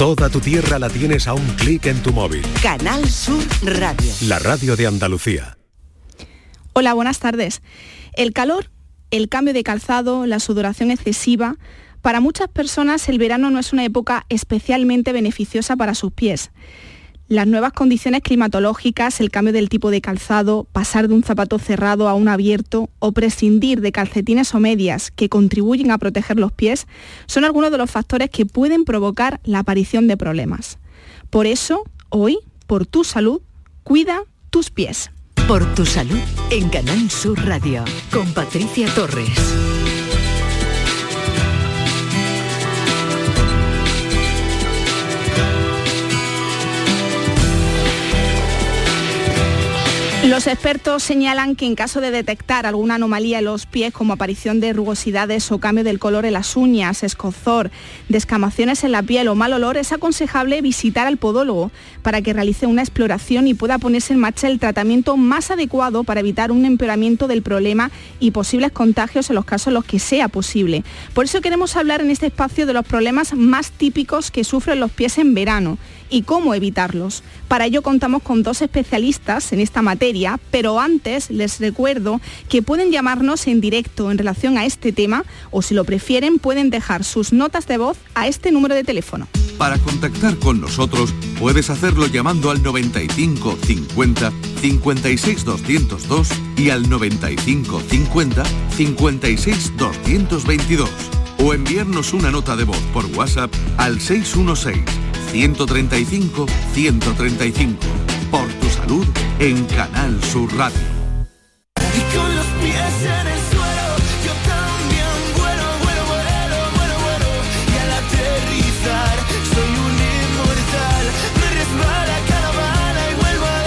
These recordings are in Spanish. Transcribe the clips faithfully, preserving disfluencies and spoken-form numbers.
Toda tu tierra la tienes a un clic en tu móvil. Canal Sur Radio. La radio de Andalucía. Hola, buenas tardes. El calor, el cambio de calzado, la sudoración excesiva. Para muchas personas el verano no es una época especialmente beneficiosa para sus pies. Las nuevas condiciones climatológicas, el cambio del tipo de calzado, pasar de un zapato cerrado a uno abierto o prescindir de calcetines o medias que contribuyen a proteger los pies son algunos de los factores que pueden provocar la aparición de problemas. Por eso, hoy, por tu salud, cuida tus pies. Por tu salud, en Canal Sur Radio, con Patricia Torres. Los expertos señalan que en caso de detectar alguna anomalía en los pies, como aparición de rugosidades o cambio del color en las uñas, escozor, descamaciones en la piel o mal olor, es aconsejable visitar al podólogo para que realice una exploración y pueda ponerse en marcha el tratamiento más adecuado para evitar un empeoramiento del problema y posibles contagios en los casos en los que sea posible. Por eso queremos hablar en este espacio de los problemas más típicos que sufren los pies en verano y cómo evitarlos. Para ello contamos con dos especialistas en esta materia, pero antes les recuerdo que pueden llamarnos en directo en relación a este tema o, si lo prefieren, pueden dejar sus notas de voz a este número de teléfono. Para contactar con nosotros puedes hacerlo llamando al noventa y cinco cincuenta cincuenta y seis doscientos dos y al noventa y cinco cincuenta cincuenta y seis doscientos veintidós o enviarnos una nota de voz por WhatsApp al seis uno seis ciento treinta y cinco ciento treinta y cinco. Por tu salud en Canal Sur Radio. Y con los pies en el suelo, yo también vuelo, vuelo, vuelo, vuelo, vuelo. Y al aterrizar soy un inmortal. Me resbala cada bala y vuelvo a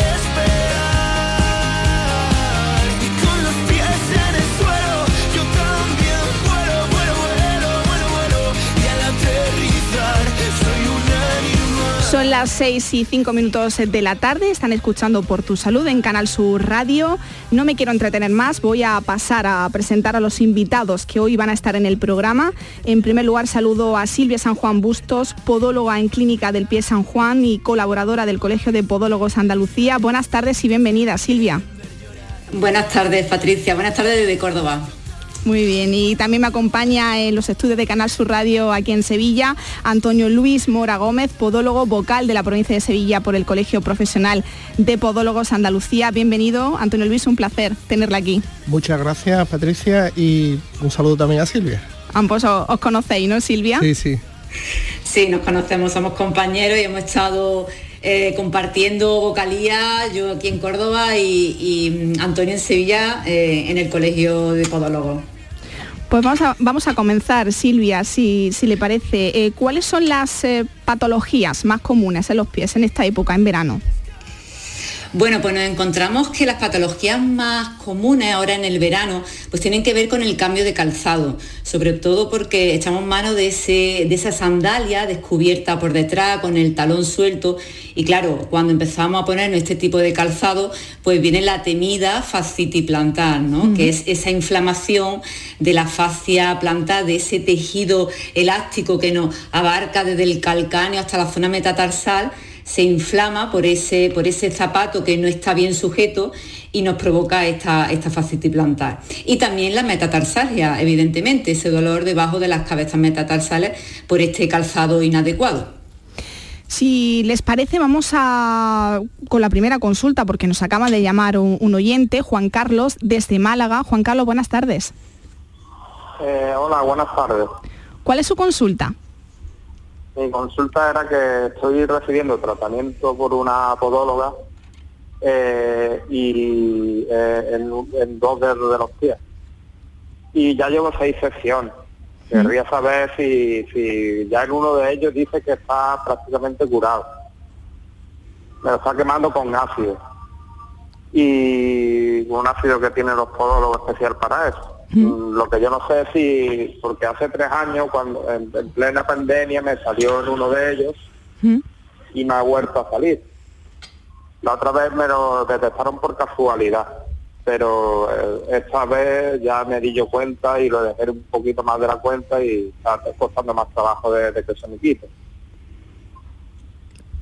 despegar. Y con los pies en el suelo, yo también vuelo, vuelo, vuelo, vuelo, vuelo. Y al aterrizar soy un animal. Son las seis y cinco minutos de la tarde, están escuchando Por tu Salud en Canal Sur Radio. No me quiero entretener más, voy a pasar a presentar a los invitados que hoy van a estar en el programa. En primer lugar, saludo a Silvia San Juan Bustos, podóloga en Clínica del Pie San Juan y colaboradora del Colegio de Podólogos Andalucía. Buenas tardes y bienvenida, Silvia. Buenas tardes, Patricia. Buenas tardes desde Córdoba. Muy bien, y también me acompaña en los estudios de Canal Sur Radio aquí en Sevilla Antonio Luis Mora Gómez, podólogo vocal de la provincia de Sevilla por el Colegio Profesional de Podólogos Andalucía. Bienvenido, Antonio Luis, un placer tenerla aquí. Muchas gracias, Patricia, y un saludo también a Silvia. Ambos os, os conocéis, ¿no, Silvia? Sí, sí. Sí, nos conocemos, somos compañeros y hemos estado eh, compartiendo vocalía, yo aquí en Córdoba y, y Antonio en Sevilla, eh, en el Colegio de Podólogos. Pues vamos a, vamos a comenzar, Silvia, si, si le parece. Eh, ¿Cuáles son las eh, patologías más comunes en los pies en esta época, en verano? Bueno, pues nos encontramos que las patologías más comunes ahora en el verano pues tienen que ver con el cambio de calzado, sobre todo porque echamos mano de, ese, de esa sandalia descubierta por detrás con el talón suelto y claro, cuando empezamos a ponernos este tipo de calzado pues viene la temida fascitis plantar, ¿no? Uh-huh. Que es esa inflamación de la fascia plantar, de ese tejido elástico que nos abarca desde el calcáneo hasta la zona metatarsal. Se inflama por ese, por ese zapato que no está bien sujeto y nos provoca esta, esta fascitis plantar. Y también la metatarsalgia, evidentemente, ese dolor debajo de las cabezas metatarsales por este calzado inadecuado. Si les parece, vamos a con la primera consulta, porque nos acaba de llamar un, un oyente, Juan Carlos, desde Málaga. Juan Carlos, buenas tardes. Eh, hola, buenas tardes. ¿Cuál es su consulta? Mi consulta era que estoy recibiendo tratamiento por una podóloga eh, y eh, en, en dos dedos de los pies. Y ya llevo seis sesiones. Querría saber si, si ya en uno de ellos dice que está prácticamente curado. Me lo está quemando con ácido. Y un ácido que tienen los podólogos especial para eso. Mm. Lo que yo no sé si, porque hace tres años, cuando en, en plena pandemia me salió en uno de ellos mm. y me ha vuelto a salir. La otra vez me lo detectaron por casualidad, pero eh, esta vez ya me di yo cuenta y lo dejé un poquito más de la cuenta y está costando más trabajo de, de que se me quite.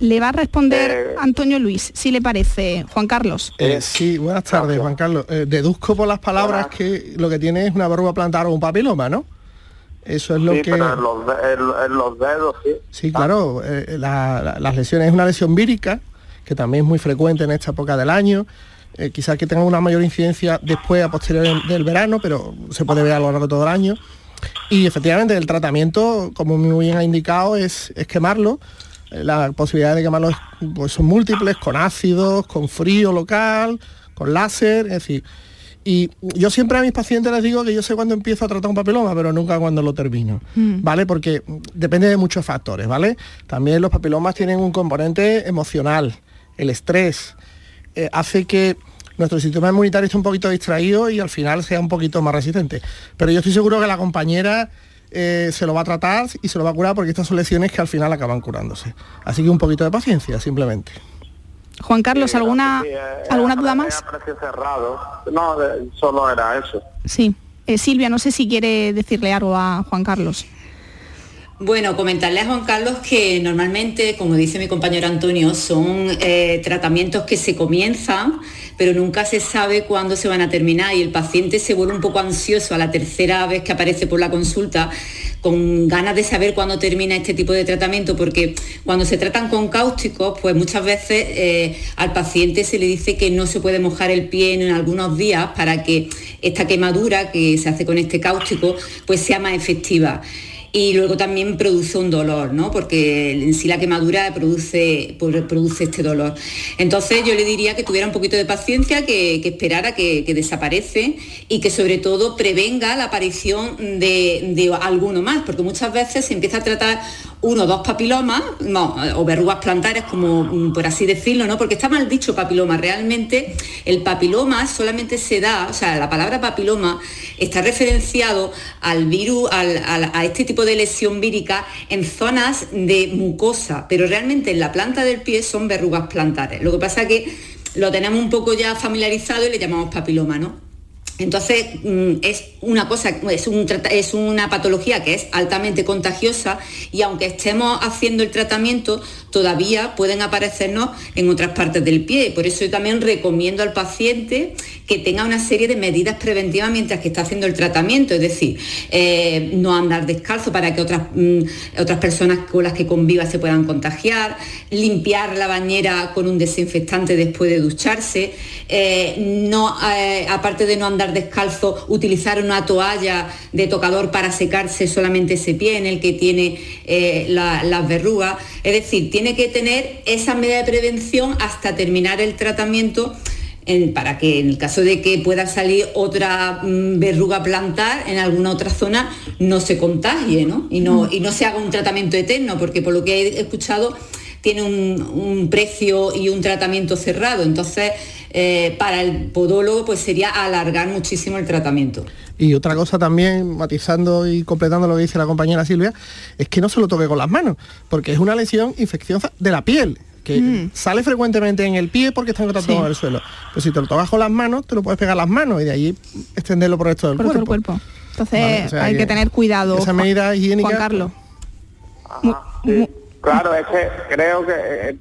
Le va a responder Eh, Antonio Luis, si le parece, Juan Carlos. Eh, sí, buenas tardes, Juan Carlos. Eh, deduzco por las palabras Hola. que lo que tiene es una verruga plantar o un papiloma, ¿no? Eso es lo sí, que... pero en los, de- en- en los dedos, sí. Sí, claro, eh, la- la- las lesiones es una lesión vírica, que también es muy frecuente en esta época del año, eh, quizás que tenga una mayor incidencia después, a posteriori del, del verano, pero se puede ver a lo largo de todo el año. Y efectivamente el tratamiento, como muy bien ha indicado, es, es quemarlo. Eh, La posibilidad de quemarlo es, pues, son múltiples, con ácidos, con frío local, con láser, es decir... Y yo siempre a mis pacientes les digo que yo sé cuándo empiezo a tratar un papiloma, pero nunca cuando lo termino, Mm. ¿vale? Porque depende de muchos factores, ¿vale? También los papilomas tienen un componente emocional, el estrés, eh, hace que nuestro sistema inmunitario esté un poquito distraído y al final sea un poquito más resistente. Pero yo estoy seguro que la compañera eh, se lo va a tratar y se lo va a curar, porque estas son lesiones que al final acaban curándose. Así que un poquito de paciencia, simplemente. Juan Carlos, Sí, ¿alguna, sí, eh, ¿alguna era duda pre- más? era precio cerrado. No, de- solo era eso. Sí. Eh, Silvia, no sé si quiere decirle algo a Juan Carlos. Bueno, comentarle a Juan Carlos que normalmente, como dice mi compañero Antonio, son eh, tratamientos que se comienzan, pero nunca se sabe cuándo se van a terminar y el paciente se vuelve un poco ansioso a la tercera vez que aparece por la consulta, con ganas de saber cuándo termina este tipo de tratamiento, porque cuando se tratan con cáusticos, pues muchas veces eh, al paciente se le dice que no se puede mojar el pie en algunos días para que esta quemadura que se hace con este cáustico pues sea más efectiva. Y luego también produce un dolor, ¿no? Porque en sí la quemadura produce, produce este dolor. Entonces yo le diría que tuviera un poquito de paciencia, que, que esperara que, que desaparece y que sobre todo prevenga la aparición de, de alguno más, porque muchas veces se empieza a tratar uno o dos papilomas, no, o verrugas plantares, como por así decirlo, ¿no? Porque está mal dicho papiloma. Realmente el papiloma solamente se da, o sea, la palabra papiloma está referenciado al virus, al, al, a este tipo de lesión vírica en zonas de mucosa, pero realmente en la planta del pie son verrugas plantares. Lo que pasa es que lo tenemos un poco ya familiarizado y le llamamos papiloma, ¿no? Entonces es una cosa, es, un, es una patología que es altamente contagiosa y aunque estemos haciendo el tratamiento todavía pueden aparecernos en otras partes del pie. Por eso yo también recomiendo al paciente que tenga una serie de medidas preventivas mientras que está haciendo el tratamiento, es decir, eh, no andar descalzo para que otras, mm, otras personas con las que conviva se puedan contagiar, limpiar la bañera con un desinfectante después de ducharse, eh, no, eh, aparte de no andar descalzo, utilizar una toalla de tocador para secarse solamente ese pie en el que tiene eh, la, las verrugas. Es decir, tiene que tener esa medida de prevención hasta terminar el tratamiento en, para que en el caso de que pueda salir otra mm, verruga plantar en alguna otra zona no se contagie, ¿no? Y no, y no se haga un tratamiento eterno, porque por lo que he escuchado tiene un, un precio y un tratamiento cerrado. Entonces, eh, para el podólogo pues sería alargar muchísimo el tratamiento. Y otra cosa también, matizando y completando lo que dice la compañera Silvia, es que no se lo toque con las manos, porque es una lesión infecciosa de la piel, que mm. sale frecuentemente en el pie porque está en contacto sí. con el suelo. Pero si te lo tocas con las manos, te lo puedes pegar las manos y de ahí extenderlo por el resto del por cuerpo. Todo el cuerpo. Entonces vale, o sea, hay que, que tener cuidado. Esa medida higiénica. Juan Carlos. Ajá, sí. Claro, es que creo que eh,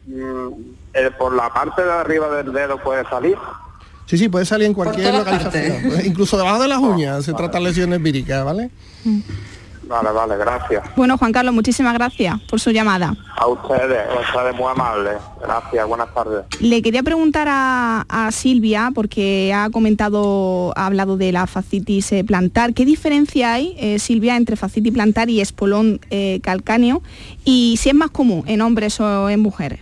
eh, por la parte de arriba del dedo puede salir. Sí, sí, puede salir en cualquier localización. Partes. Incluso debajo de las uñas oh, se vale. tratan lesiones víricas, ¿vale? Mm. Vale, vale, gracias. Bueno, Juan Carlos, muchísimas gracias por su llamada. A ustedes, ustedes muy amables. Gracias, buenas tardes. Le quería preguntar a, a Silvia, porque ha comentado, ha hablado de la fascitis eh, plantar. ¿Qué diferencia hay, eh, Silvia, entre fascitis plantar y espolón eh, calcáneo? Y si es más común en hombres o en mujeres.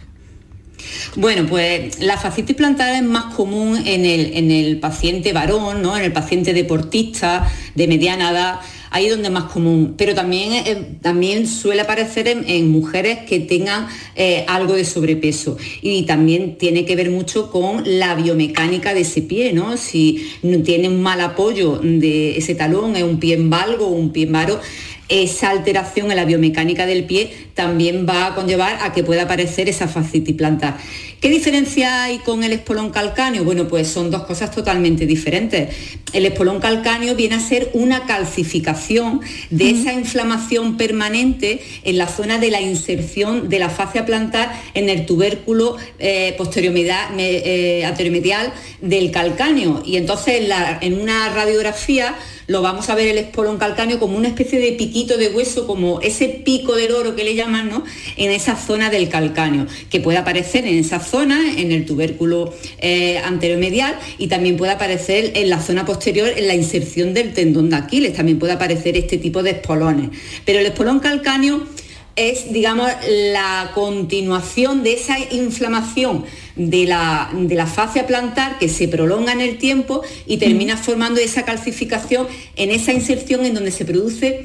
Bueno, pues la fascitis plantar es más común en el, en el paciente varón, ¿no? En el paciente deportista de mediana edad. Ahí es donde es más común, pero también, eh, también suele aparecer en, en mujeres que tengan eh, algo de sobrepeso, y también tiene que ver mucho con la biomecánica de ese pie, ¿no? Si tiene un mal apoyo de ese talón, es un pie en valgo o un pie en varo, esa alteración en la biomecánica del pie también va a conllevar a que pueda aparecer esa fascitis plantar. ¿Qué diferencia hay con el espolón calcáneo? Bueno, pues son dos cosas totalmente diferentes. El espolón calcáneo viene a ser una calcificación de uh-huh. esa inflamación permanente en la zona de la inserción de la fascia plantar en el tubérculo eh, posteriormedial, eh, anteromedial del calcáneo. Y entonces en, la, en una radiografía lo vamos a ver el espolón calcáneo como una especie de piquito de hueso, como ese pico del oro que le llaman, ¿no?, en esa zona del calcáneo, que puede aparecer en esa zona, en el tubérculo eh, anteromedial, y también puede aparecer en la zona posterior, en la inserción del tendón de Aquiles, también puede aparecer este tipo de espolones. Pero el espolón calcáneo es, digamos, la continuación de esa inflamación de la, de la fascia plantar que se prolonga en el tiempo y termina formando esa calcificación en esa inserción en donde se produce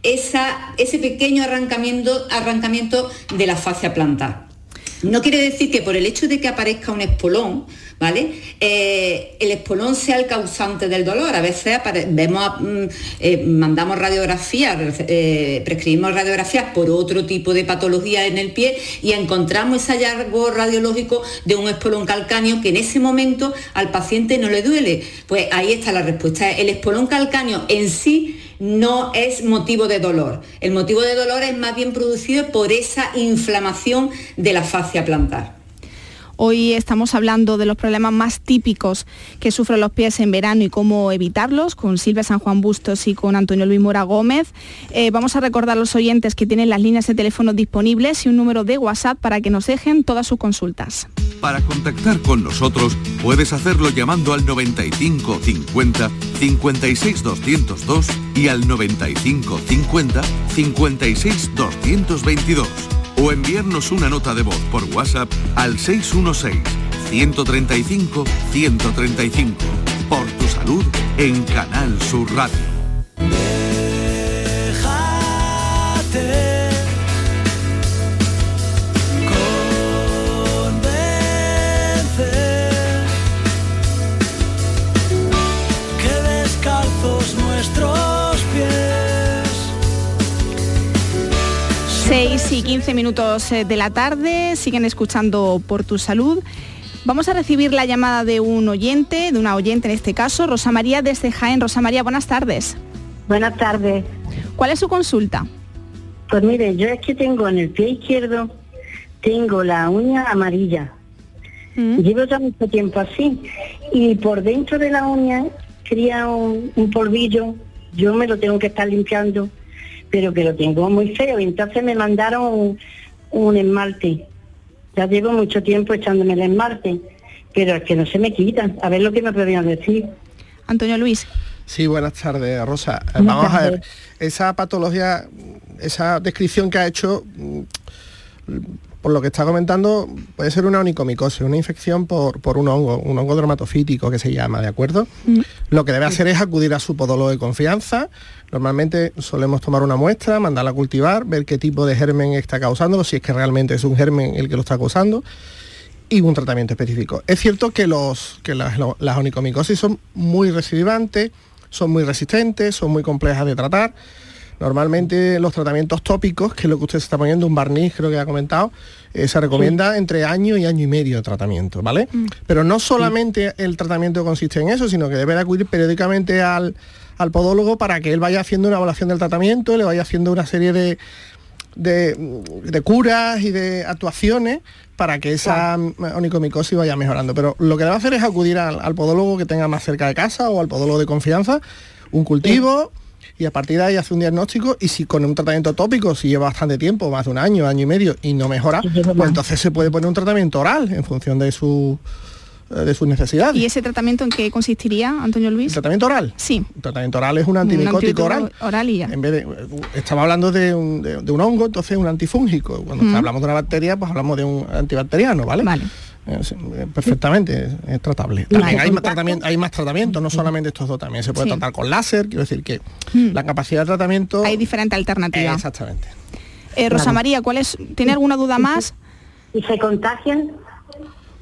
esa, ese pequeño arrancamiento, arrancamiento de la fascia plantar. No quiere decir que por el hecho de que aparezca un espolón, ¿vale?, Eh, el espolón sea el causante del dolor. A veces apare- vemos, eh, mandamos radiografías, eh, prescribimos radiografías por otro tipo de patología en el pie y encontramos ese hallazgo radiológico de un espolón calcáneo que en ese momento al paciente no le duele. Pues ahí está la respuesta. El espolón calcáneo en sí no es motivo de dolor. El motivo de dolor es más bien producido por esa inflamación de la fascia plantar. Hoy estamos hablando de los problemas más típicos que sufren los pies en verano y cómo evitarlos, con Silvia San Juan Bustos y con Antonio Luis Mora Gómez. Eh, vamos a recordar a los oyentes que tienen las líneas de teléfono disponibles y un número de WhatsApp para que nos dejen todas sus consultas. Para contactar con nosotros puedes hacerlo llamando al noventa y cinco cincuenta cincuenta y seis doscientos dos y al noventa y cinco cincuenta cincuenta y seis doscientos veintidós. O enviarnos una nota de voz por WhatsApp al seis uno seis, uno tres cinco, uno tres cinco. Por tu salud en Canal Sur Radio. Déjate convencer que descalzos nuestros pies. seis y quince minutos de la tarde, siguen escuchando Por tu Salud. Vamos a recibir la llamada de un oyente, de una oyente en este caso, Rosa María desde Jaén. Rosa María, buenas tardes. Buenas tardes. ¿Cuál es su consulta? Pues mire, yo es que tengo en el pie izquierdo, tengo la uña amarilla. ¿Mm? Llevo ya mucho tiempo así. Y por dentro de la uña cría un, un polvillo, yo me lo tengo que estar limpiando, pero que lo tengo muy feo, y entonces me mandaron un, un esmalte. Ya llevo mucho tiempo echándome el esmalte, pero es que no se me quitan. A ver lo que me podrían decir. Antonio Luis. Sí, buenas tardes, Rosa. Buenas Vamos tardes. a ver, esa patología, esa descripción que ha hecho, por lo que está comentando, puede ser una onicomicosis, una infección por, por un hongo, un hongo dermatofítico que se llama, ¿de acuerdo? Mm. Lo que debe hacer es acudir a su podólogo de confianza. Normalmente solemos tomar una muestra, mandarla a cultivar, ver qué tipo de germen está causándolo, si es que realmente es un germen el que lo está causando, y un tratamiento específico. Es cierto que, los, que las, las onicomicosis son muy recidivantes, son muy resistentes, son muy complejas de tratar. Normalmente los tratamientos tópicos, que es lo que usted se está poniendo, un barniz creo que ha comentado, eh, se recomienda sí. entre año y año y medio de tratamiento, ¿vale? Mm. Pero no solamente sí. el tratamiento consiste en eso, sino que debe de acudir periódicamente al, al podólogo para que él vaya haciendo una evaluación del tratamiento, le vaya haciendo una serie de, de, de curas y de actuaciones para que esa claro. onicomicosis vaya mejorando. Pero lo que debe hacer es acudir al, al podólogo que tenga más cerca de casa o al podólogo de confianza, un cultivo... Sí. Y a partir de ahí hace un diagnóstico, y si con un tratamiento tópico, si lleva bastante tiempo, más de un año, año y medio, y no mejora, pues entonces se puede poner un tratamiento oral en función de su de sus necesidades. ¿Y ese tratamiento en qué consistiría, Antonio Luis? ¿El tratamiento oral? Sí. El tratamiento oral es un antimicótico un oral. Oral y ya. En vez de, estamos hablando de un, de, de un hongo, entonces un antifúngico. Cuando mm. hablamos de una bacteria, pues hablamos de un antibacteriano, ¿vale? Vale. Perfectamente, es, es tratable. También hay más tratamiento, hay más tratamiento, no solamente estos dos, también se puede sí. tratar con láser, quiero decir que mm. la capacidad de tratamiento... Hay diferentes alternativas. Eh, exactamente. Eh, Rosa María, ¿cuál es? ¿Tiene alguna duda más? ¿Y se contagian?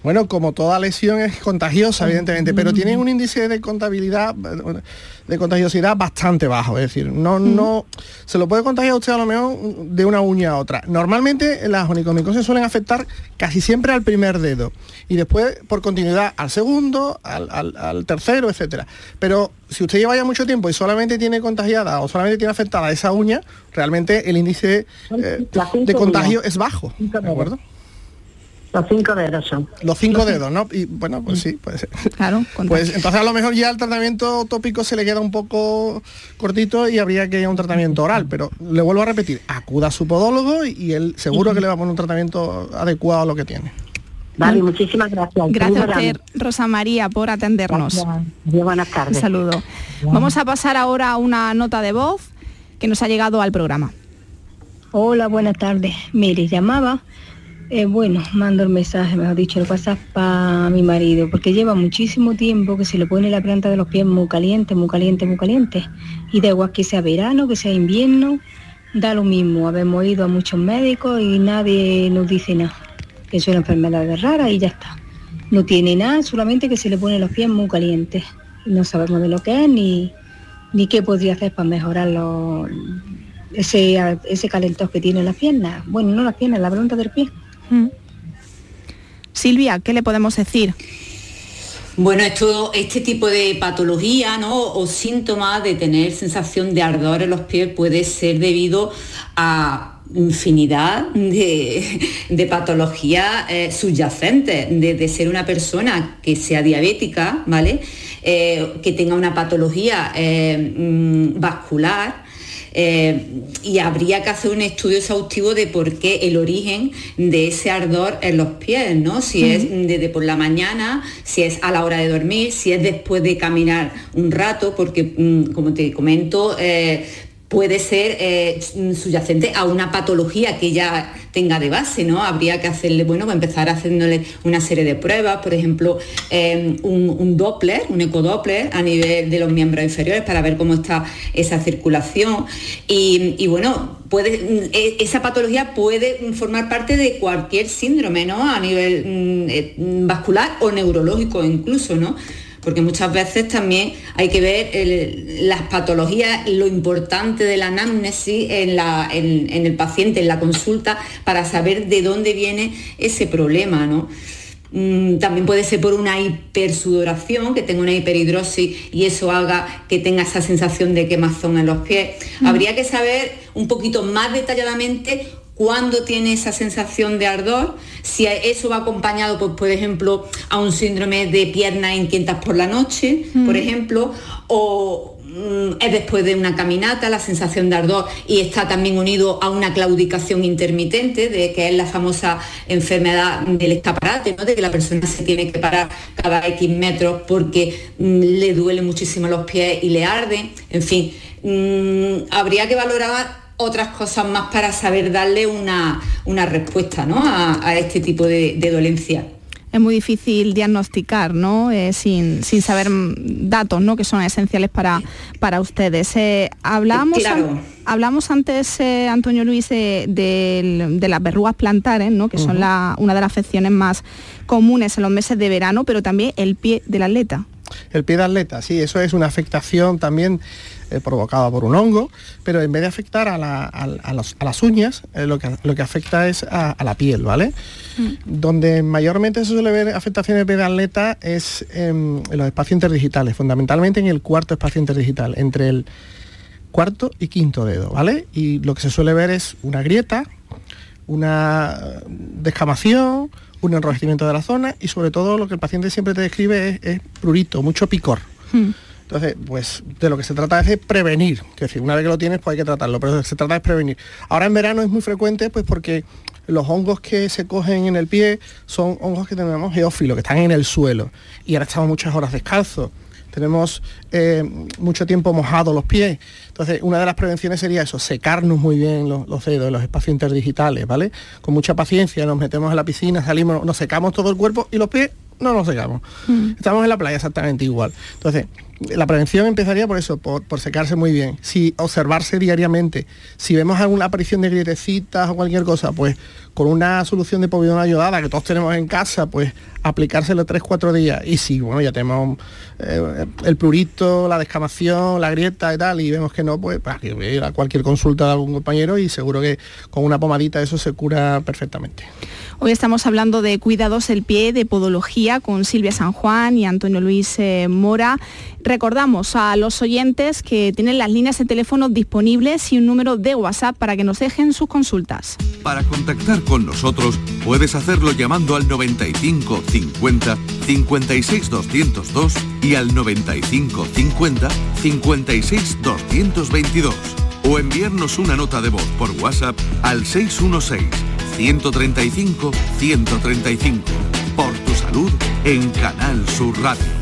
Bueno, como toda lesión es contagiosa, evidentemente, pero tiene un índice de contabilidad, de contagiosidad bastante bajo, es decir, no, no se lo puede contagiar usted a lo mejor de una uña a otra. Normalmente las onicomicosis suelen afectar casi siempre al primer dedo y después por continuidad al segundo, al, al, al tercero, etcétera. Pero si usted lleva ya mucho tiempo y solamente tiene contagiada o solamente tiene afectada esa uña, realmente el índice eh, de contagio es bajo, ¿de acuerdo? Los cinco dedos son. Los cinco dedos, ¿no? Y bueno, pues sí, puede ser. Claro. Pues entonces a lo mejor ya el tratamiento tópico se le queda un poco cortito y habría que ir a un tratamiento oral, pero le vuelvo a repetir, acuda a su podólogo y él seguro que le va a poner un tratamiento adecuado a lo que tiene. Vale, muchísimas gracias. Gracias a usted, Rosa María, por atendernos. Gracias. Buenas tardes. Un saludo. Vamos a pasar ahora a una nota de voz que nos ha llegado al programa. Hola, buenas tardes. Mire, llamaba... Eh, bueno, mando el mensaje, mejor dicho, el WhatsApp para mi marido, porque lleva muchísimo tiempo que se le pone la planta de los pies muy caliente, muy caliente, muy caliente. Y da igual que sea verano, que sea invierno, da lo mismo. Habemos ido a muchos médicos y nadie nos dice nada. Que es una enfermedad rara y ya está. No tiene nada, solamente que se le pone los pies muy calientes. No sabemos de lo que es ni, ni qué podría hacer para mejorar los, ese, ese calentón que tiene las piernas. Bueno, no las piernas, la planta del pie. Mm. Silvia, ¿qué le podemos decir? Bueno, esto, este tipo de patología, ¿no? O síntomas de tener sensación de ardor en los pies puede ser debido a infinidad de, de patologías eh, subyacentes, desde ser una persona que sea diabética, ¿vale? Eh, que tenga una patología eh, vascular. Eh, y habría que hacer un estudio exhaustivo de por qué el origen de ese ardor en los pies, ¿no? Si uh-huh. es desde por la mañana, si es a la hora de dormir, si es después de caminar un rato, porque mm, como te comento, eh, puede ser eh, subyacente a una patología que ya tenga de base, ¿no? Habría que hacerle, bueno, empezar haciéndole una serie de pruebas, por ejemplo, eh, un, un Doppler, un ecodoppler a nivel de los miembros inferiores para ver cómo está esa circulación y, y bueno, puede, esa patología puede formar parte de cualquier síndrome, ¿no? A nivel mm, vascular o neurológico incluso, ¿no? Porque muchas veces también hay que ver el, las patologías, lo importante de la anamnesis en, la, en, en el paciente, en la consulta, para saber de dónde viene ese problema, ¿no? Mm, también puede ser por una hipersudoración, que tenga una hiperhidrosis y eso haga que tenga esa sensación de quemazón en los pies. Mm. Habría que saber un poquito más detalladamente cuándo tiene esa sensación de ardor, si eso va acompañado, pues, por ejemplo, a un síndrome de piernas inquietas por la noche, mm. por ejemplo, o mm, es después de una caminata la sensación de ardor y está también unido a una claudicación intermitente, de que es la famosa enfermedad del escaparate, ¿no? De que la persona se tiene que parar cada X metros porque mm, le duele muchísimo los pies y le arden. En fin, mm, habría que valorar otras cosas más para saber darle una, una respuesta, ¿no? a, a este tipo de, de dolencia. Es muy difícil diagnosticar, ¿no? Eh, sin, sin saber datos, ¿no? Que son esenciales para, para ustedes. Eh, hablamos, claro. an, hablamos antes, eh, Antonio Luis, de, de, de las verrugas plantares, ¿no? Que uh-huh. son la, una de las afecciones más comunes en los meses de verano, pero también el pie del atleta. El pie de atleta, sí, eso es una afectación también eh, provocada por un hongo, pero en vez de afectar a, la, a, a, los, a las uñas, eh, lo, que, lo que afecta es a, a la piel, ¿vale? Mm. Donde mayormente se suele ver afectaciones de pie de atleta es eh, en los espacios interdigitales, fundamentalmente en el cuarto espacio interdigital, entre el cuarto y quinto dedo, ¿vale? Y lo que se suele ver es una grieta, una descamación, un enrojecimiento de la zona y sobre todo lo que el paciente siempre te describe es, es prurito, mucho picor. Hmm. Entonces, pues de lo que se trata es de prevenir, que es decir, una vez que lo tienes pues hay que tratarlo, pero se trata de prevenir. Ahora en verano es muy frecuente pues porque los hongos que se cogen en el pie son hongos que tenemos geófilos, que están en el suelo y ahora estamos muchas horas descalzos. Tenemos eh, mucho tiempo mojados los pies. Entonces, una de las prevenciones sería eso, secarnos muy bien los, los dedos, los espacios interdigitales, ¿vale? Con mucha paciencia, nos metemos en la piscina, salimos, nos secamos todo el cuerpo y los pies no nos secamos. Mm. Estamos en la playa exactamente igual. Entonces, la prevención empezaría por eso, por, por secarse muy bien. Si observarse diariamente, si vemos alguna aparición de grietecitas o cualquier cosa, pues con una solución de povidona ayudada que todos tenemos en casa, pues aplicárselo tres, cuatro días. Y si, bueno, ya tenemos eh, el prurito, la descamación, la grieta y tal, y vemos que no, pues para ir a cualquier consulta de algún compañero y seguro que con una pomadita eso se cura perfectamente. Hoy estamos hablando de cuidados del pie, de podología, con Silvia San Juan y Antonio Luis eh, Mora. Recordamos a los oyentes que tienen las líneas de teléfono disponibles y un número de WhatsApp para que nos dejen sus consultas. Para contactar con nosotros puedes hacerlo llamando al noventa y cinco cincuenta cincuenta y seis doscientos dos y al noventa y cinco cincuenta cincuenta y seis doscientos veintidós o enviarnos una nota de voz por WhatsApp al seis uno seis uno tres cinco uno tres cinco. Por tu salud en Canal Sur Radio.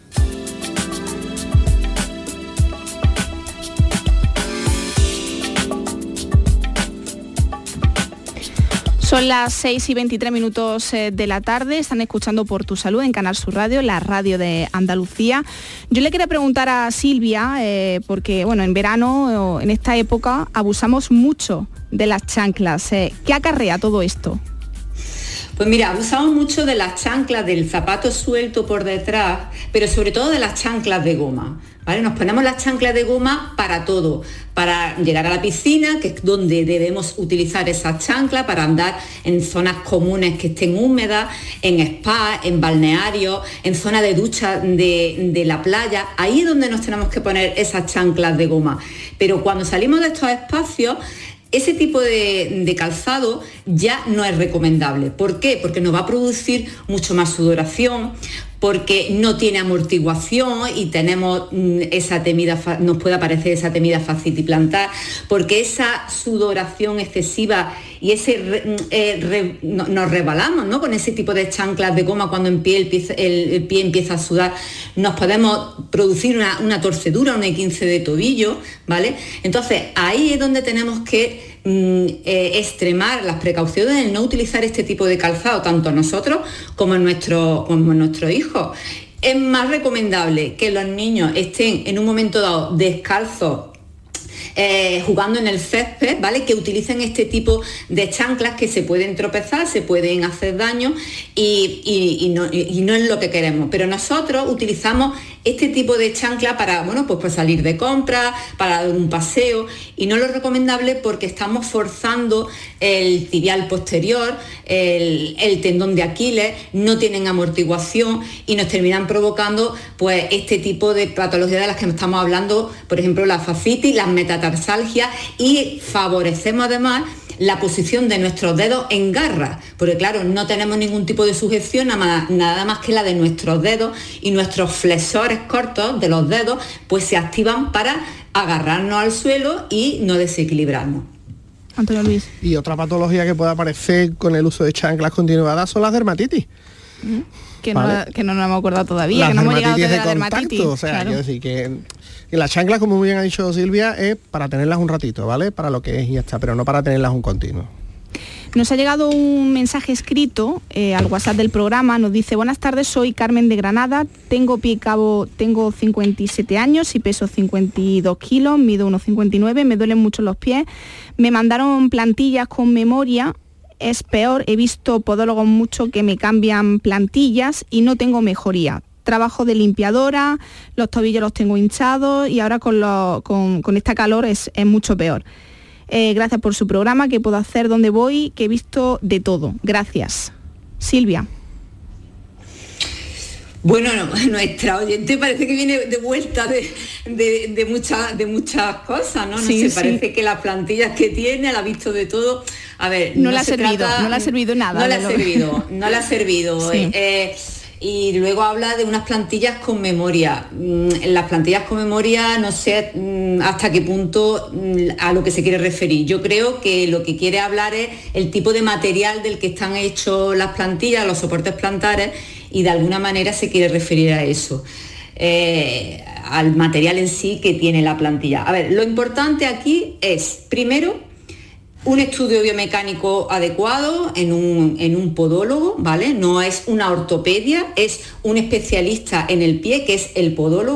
Son las seis y veintitrés minutos de la tarde, están escuchando Por tu Salud en Canal Sur Radio, la radio de Andalucía. Yo le quería preguntar a Silvia, eh, porque bueno, en verano, en esta época, abusamos mucho de las chanclas. Eh, ¿Qué acarrea todo esto? Pues mira, abusamos mucho de las chanclas, del zapato suelto por detrás, pero sobre todo de las chanclas de goma, ¿vale? Nos ponemos las chanclas de goma para todo, para llegar a la piscina, que es donde debemos utilizar esas chanclas, para andar en zonas comunes que estén húmedas, en spa, en balnearios, en zona de ducha de, de la playa. Ahí es donde nos tenemos que poner esas chanclas de goma. Pero cuando salimos de estos espacios, ese tipo de, de calzado ya no es recomendable. ¿Por qué? Porque nos va a producir mucho más sudoración, porque no tiene amortiguación y tenemos esa temida, nos puede aparecer esa temida fascitis plantar, porque esa sudoración excesiva y ese eh, re, no, nos rebalamos, ¿no? Con ese tipo de chanclas de goma cuando en pie, el, pie, el, el pie empieza a sudar, nos podemos producir una, una torcedura, una E quince de tobillo, ¿vale? Entonces ahí es donde tenemos que Eh, extremar las precauciones de no utilizar este tipo de calzado, tanto nosotros como en nuestro, como en nuestros hijos. Es más recomendable que los niños estén en un momento dado descalzos, Eh, jugando en el césped, ¿vale? Que utilicen este tipo de chanclas que se pueden tropezar, se pueden hacer daño y, y, y, no, y, y no es lo que queremos. Pero nosotros utilizamos este tipo de chancla para, bueno, pues para salir de compras, para dar un paseo, y no lo recomendable porque estamos forzando el tibial posterior, el, el tendón de Aquiles, no tienen amortiguación y nos terminan provocando pues este tipo de patologías de las que estamos hablando, por ejemplo la fascitis, las metatarsalgias, y favorecemos además la posición de nuestros dedos en garra, porque claro, no tenemos ningún tipo de sujeción, nada más, nada más que la de nuestros dedos, y nuestros flexores cortos de los dedos pues se activan para agarrarnos al suelo y no desequilibrarnos. Antonio Luis. Y otra patología que puede aparecer con el uso de chanclas continuadas son las dermatitis. Mm, que, ¿vale? no, que no nos hemos acordado todavía, las que no hemos llegado a de la contacto, dermatitis. O sea, claro. Quiero decir que, que las chanclas, como muy bien ha dicho Silvia, es para tenerlas un ratito, ¿vale? Para lo que es y ya está, pero no para tenerlas un continuo. Nos ha llegado un mensaje escrito eh, al WhatsApp del programa. Nos dice: buenas tardes, soy Carmen de Granada, tengo pie cabo, tengo cincuenta y siete años y peso cincuenta y dos kilos, mido uno cincuenta y nueve, me duelen mucho los pies, me mandaron plantillas con memoria, es peor, he visto podólogos mucho que me cambian plantillas y no tengo mejoría. Trabajo de limpiadora, los tobillos los tengo hinchados y ahora con, lo, con, con esta calor es, es mucho peor. Eh, gracias por su programa, que puedo hacer donde voy, que he visto de todo. Gracias. Silvia. Bueno, no, nuestra oyente parece que viene de vuelta de, de, de, muchas, de muchas cosas, ¿no? No sí, sé, sí. Parece que las plantillas que tiene, la ha visto de todo. A ver, no, no le ha servido, trata, no le ha servido nada. No le ha servido, no le ha servido. Sí. Eh, y luego habla de unas plantillas con memoria. Las plantillas con memoria no sé hasta qué punto a lo que se quiere referir. Yo creo que lo que quiere hablar es el tipo de material del que están hechos las plantillas, los soportes plantares, y de alguna manera se quiere referir a eso. Eh, al material en sí que tiene la plantilla. A ver, lo importante aquí es, primero, un estudio biomecánico adecuado en un, en un podólogo, ¿vale? No es una ortopedia, es un especialista en el pie, que es el podólogo,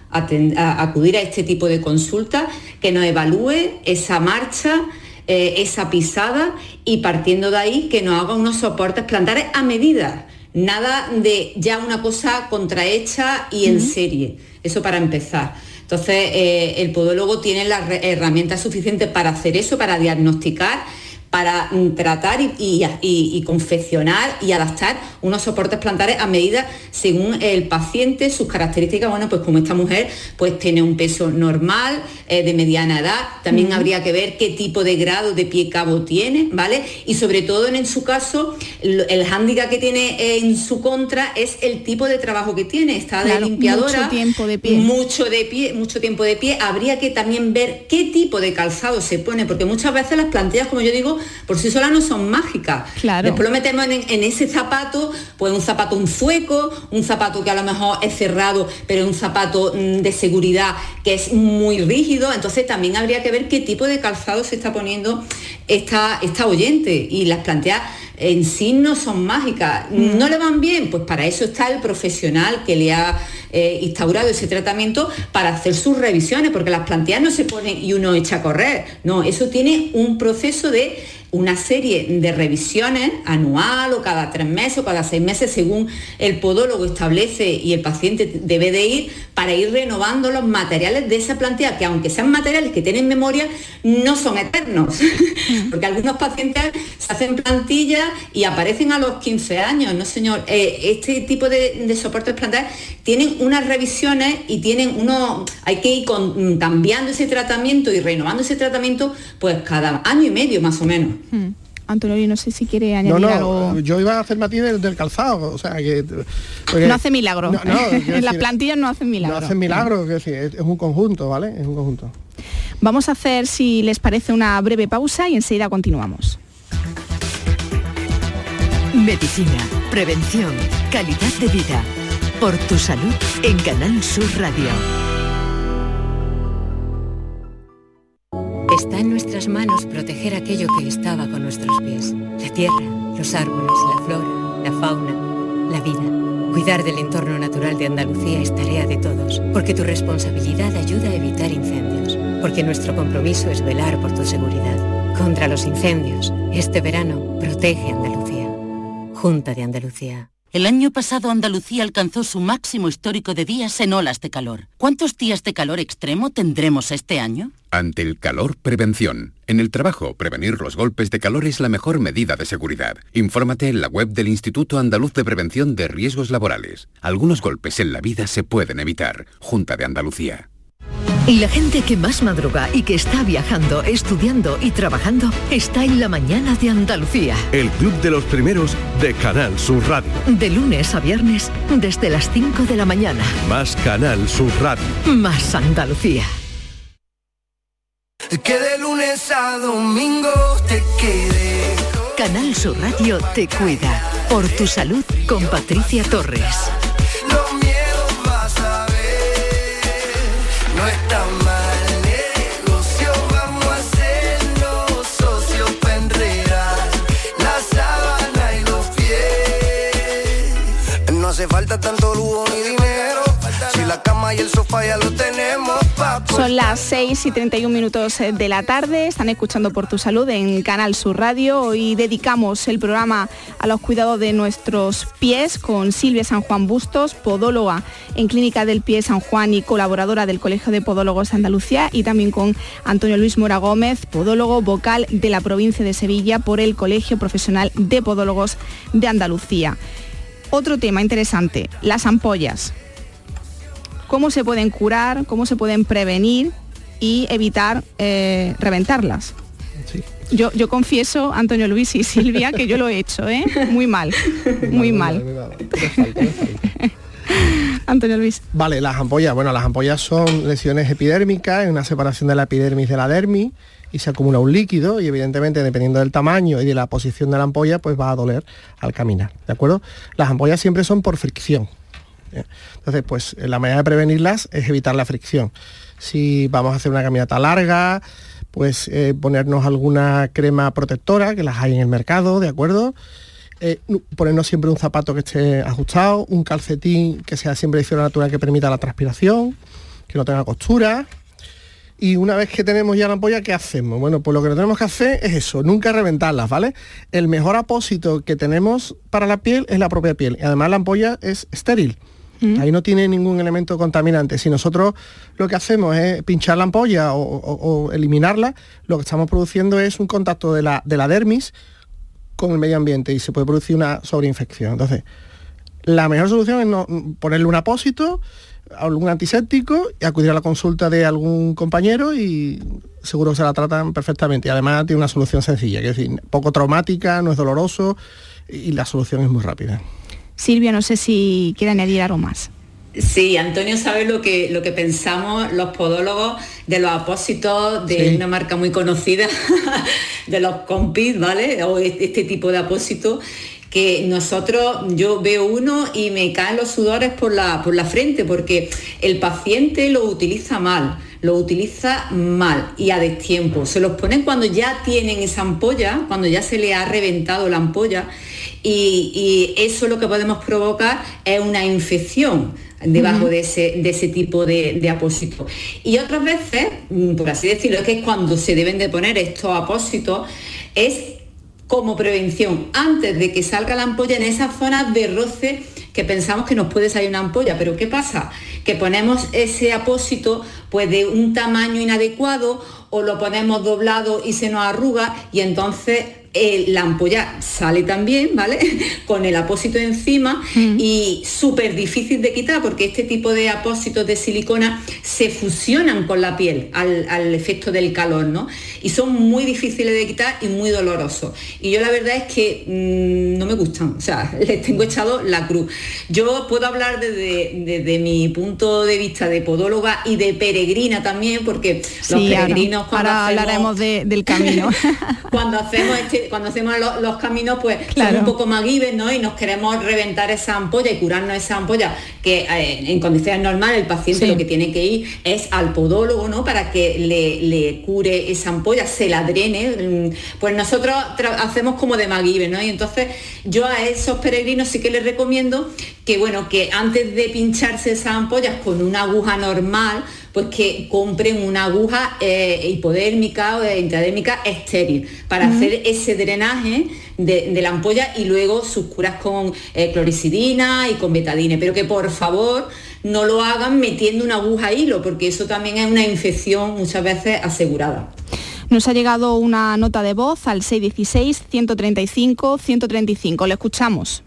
atend- a acudir a este tipo de consulta, que nos evalúe esa marcha, eh, esa pisada, y partiendo de ahí que nos haga unos soportes plantares a medida. Nada de ya una cosa contrahecha y en uh-huh. serie. Eso para empezar. Entonces, eh, el podólogo tiene las herramientas suficientes para hacer eso, para diagnosticar, para mm, tratar y, y, y, y confeccionar y adaptar unos soportes plantares a medida según el paciente, sus características. Bueno, pues como esta mujer pues tiene un peso normal, eh, de mediana edad, también uh-huh. habría que ver qué tipo de grado de pie cabo tiene, ¿vale? Y sobre todo en, en su caso, el, el hándicap que tiene en su contra es el tipo de trabajo que tiene. Está de claro, limpiadora, mucho tiempo de pie. Mucho de pie, mucho tiempo de pie. Habría que también ver qué tipo de calzado se pone, porque muchas veces las plantillas, como yo digo, por sí solas no son mágicas. Claro. Después lo metemos en, en ese zapato, pues un zapato un zueco, un zapato que a lo mejor es cerrado, pero es un zapato mm, de seguridad que es muy rígido. Entonces también habría que ver qué tipo de calzado se está poniendo esta, esta oyente. Y las plantillas en sí no son mágicas. Mm. ¿No le van bien? Pues para eso está el profesional que le ha eh, instaurado ese tratamiento, para hacer sus revisiones, porque las plantillas no se ponen y uno echa a correr. No, eso tiene un proceso de una serie de revisiones anual o cada tres meses o cada seis meses, según el podólogo establece y el paciente debe de ir, para ir renovando los materiales de esa plantilla, que aunque sean materiales que tienen memoria, no son eternos. Porque algunos pacientes se hacen plantillas y aparecen a los quince años. No, señor, eh, este tipo de, de soportes plantares tienen unas revisiones y tienen unos, hay que ir con, cambiando ese tratamiento y renovando ese tratamiento pues cada año y medio más o menos. Hmm. Antonio, no sé si quiere añadir no, no, algo. Yo iba a hacer matiz del, del calzado, o sea que... Porque, no hace milagros. No, no, en decir, las plantillas no hacen milagros. No hacen milagros, es, es un conjunto, ¿vale? Es un conjunto. Vamos a hacer, si les parece, una breve pausa y enseguida continuamos. Medicina, prevención, calidad de vida. Por tu salud en Canal Sur Radio. Está en nuestras manos proteger aquello que estaba con nuestros pies. La tierra, los árboles, la flora, la fauna, la vida. Cuidar del entorno natural de Andalucía es tarea de todos, porque tu responsabilidad ayuda a evitar incendios, porque nuestro compromiso es velar por tu seguridad. Contra los incendios, este verano, protege Andalucía. Junta de Andalucía. El año pasado Andalucía alcanzó su máximo histórico de días en olas de calor. ¿Cuántos días de calor extremo tendremos este año? Ante el calor, prevención. En el trabajo, prevenir los golpes de calor es la mejor medida de seguridad. Infórmate en la web del Instituto Andaluz de Prevención de Riesgos Laborales. Algunos golpes en la vida se pueden evitar. Junta de Andalucía. La gente que más madruga y que está viajando, estudiando y trabajando está en la mañana de Andalucía. El club de los primeros de Canal Sur Radio. De lunes a viernes desde las cinco de la mañana. Más Canal Sur Radio. Más Andalucía. Que de lunes a domingo te quede. Canal Sur Radio te cuida. Por tu salud con Patricia Torres. Los miedos vas a ver. No está mal negocio. Vamos a hacernos socios para enredar la sábana y los pies. No hace falta tanto lujo ni dinero. Si la cama y el sofá ya lo tenemos. Son las seis y treinta y un minutos de la tarde, están escuchando Por tu Salud en Canal Sur Radio. Hoy dedicamos el programa a los cuidados de nuestros pies con Silvia San Juan Bustos, podóloga en Clínica del Pie San Juan y colaboradora del Colegio de Podólogos de Andalucía, y también con Antonio Luis Mora Gómez, podólogo vocal de la provincia de Sevilla por el Colegio Profesional de Podólogos de Andalucía. Otro tema interesante, las ampollas. ¿Cómo se pueden curar? ¿Cómo se pueden prevenir y evitar eh, reventarlas? Sí. Yo, yo confieso, Antonio Luis y Silvia, que yo lo he hecho, ¿eh? Muy mal, muy mal. Antonio Luis. Vale, las ampollas. Bueno, las ampollas son lesiones epidérmicas, es una separación de la epidermis de la dermis y se acumula un líquido y evidentemente dependiendo del tamaño y de la posición de la ampolla, pues va a doler al caminar, ¿de acuerdo? Las ampollas siempre son por fricción. Entonces, pues la manera de prevenirlas es evitar la fricción. Si vamos a hacer una caminata larga, pues eh, ponernos alguna crema protectora, que las hay en el mercado, ¿de acuerdo? Eh, ponernos siempre un zapato que esté ajustado, un calcetín que sea siempre de fibra natural que permita la transpiración, que no tenga costura. Y una vez que tenemos ya la ampolla, ¿qué hacemos? Bueno, pues lo que tenemos que hacer es eso, nunca reventarlas, ¿vale? El mejor apósito que tenemos para la piel es la propia piel. Y además la ampolla es estéril. Mm. Ahí no tiene ningún elemento contaminante. Si nosotros lo que hacemos es pinchar la ampolla o, o, o eliminarla, lo que estamos produciendo es un contacto de la, de la dermis con el medio ambiente y se puede producir una sobreinfección. Entonces, la mejor solución es no, ponerle un apósito, algún antiséptico y acudir a la consulta de algún compañero y seguro que se la tratan perfectamente. Y además tiene una solución sencilla, que es decir, poco traumática, no es doloroso y la solución es muy rápida. Silvia, no sé si quiere añadir algo más. Sí, Antonio sabe lo que, lo que pensamos los podólogos de los apósitos de sí. una marca muy conocida, de los Compit, ¿vale? O este tipo de apósitos, que nosotros, yo veo uno y me caen los sudores por la, por la frente, porque el paciente lo utiliza mal, lo utiliza mal y a destiempo. Se los ponen cuando ya tienen esa ampolla, cuando ya se le ha reventado la ampolla, y, y eso lo que podemos provocar es una infección debajo uh-huh. de, ese, de ese tipo de, de apósitos. Y otras veces, por así decirlo, es que cuando se deben de poner estos apósitos es como prevención, antes de que salga la ampolla, en esas zonas de roce que pensamos que nos puede salir una ampolla. Pero ¿qué pasa? Que ponemos ese apósito pues de un tamaño inadecuado o lo ponemos doblado y se nos arruga y entonces eh, la ampolla sale también, ¿vale? Con el apósito encima mm. y súper difícil de quitar porque este tipo de apósitos de silicona se fusionan con la piel al, al efecto del calor, ¿no? Y son muy difíciles de quitar y muy dolorosos. Y yo la verdad es que mmm, no me gustan, o sea, les tengo echado la cruz. Yo puedo hablar desde, desde mi punto de vista de podóloga y de peregrina también, porque sí, los peregrinos ahora, cuando ahora hacemos, hablaremos de, del camino. cuando hacemos este, cuando hacemos los, los caminos, pues claro. son un poco MacGyver, ¿no? Y nos queremos reventar esa ampolla y curarnos esa ampolla, que eh, en condiciones normales el paciente sí. lo que tiene que ir es al podólogo, ¿no? Para que le, le cure esa ampolla, se la drene. Pues nosotros hacemos como de MacGyver, ¿no? Y entonces yo a esos peregrinos sí que les recomiendo que, bueno, que antes de pincharse esas ampollas con una aguja normal, pues que compren una aguja eh, hipodérmica o intradérmica estéril para uh-huh. hacer ese drenaje de, de la ampolla y luego sus curas con eh, clorexidina y con betadine, pero que por favor no lo hagan metiendo una aguja a hilo, porque eso también es una infección muchas veces asegurada. Nos ha llegado una nota de voz al seis uno seis, uno tres cinco, uno tres cinco. Le escuchamos.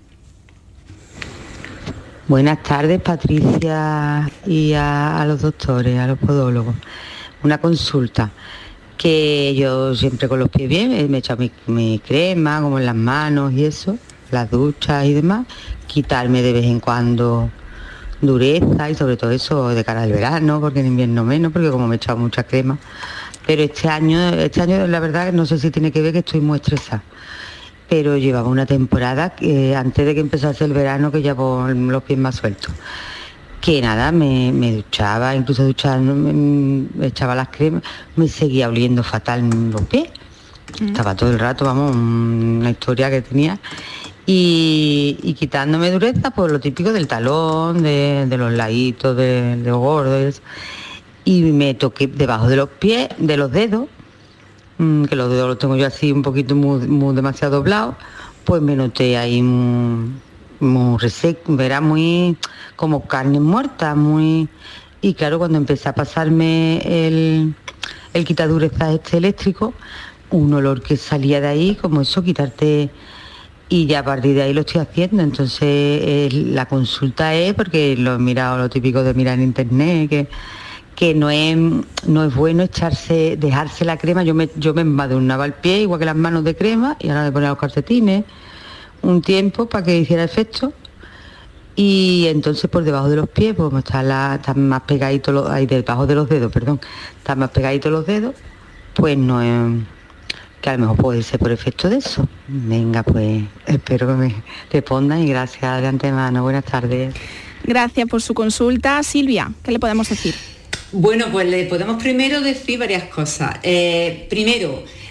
Buenas tardes, Patricia, y a, a los doctores, a los podólogos. Una consulta, que yo siempre con los pies bien, me he echado mi, mi crema, como en las manos y eso, las duchas y demás, quitarme de vez en cuando dureza y sobre todo eso de cara al verano, porque en invierno menos, porque como me he echado mucha crema. Pero este año, este año la verdad no sé si tiene que ver que estoy muy estresada. Pero llevaba una temporada, que, antes de que empezase el verano, que llevo los pies más sueltos. Que nada, me, me duchaba, incluso duchando, me, me echaba las cremas, me seguía oliendo fatal los pies. Mm. Estaba todo el rato, vamos, una historia que tenía. Y, y quitándome dureza, pues lo típico del talón, de, de los laditos, de, de los gordos. Y me toqué debajo de los pies, de los dedos, que los dedos los tengo yo así un poquito muy, muy demasiado doblados, pues me noté ahí muy, muy reseco, verá, muy como carne muerta, muy... Y claro, cuando empecé a pasarme el, el quitadureza este eléctrico, un olor que salía de ahí, como eso, quitarte... Y ya a partir de ahí lo estoy haciendo, entonces eh, la consulta es, porque lo he mirado, lo típico de mirar en internet, que... que no es, no es bueno echarse, dejarse la crema. Yo me, yo me embadurnaba el pie, igual que las manos de crema, y ahora me ponía los calcetines un tiempo para que hiciera efecto. Y entonces por debajo de los pies, pues están, la, están más pegaditos, los, ahí debajo de los dedos, perdón, están más pegaditos los dedos, pues no es, que a lo mejor puede ser por efecto de eso. Venga, pues espero que me respondan y gracias de antemano. Buenas tardes. Gracias por su consulta. Silvia, ¿qué le podemos decir? Bueno, pues le podemos primero decir varias cosas. Eh, primero,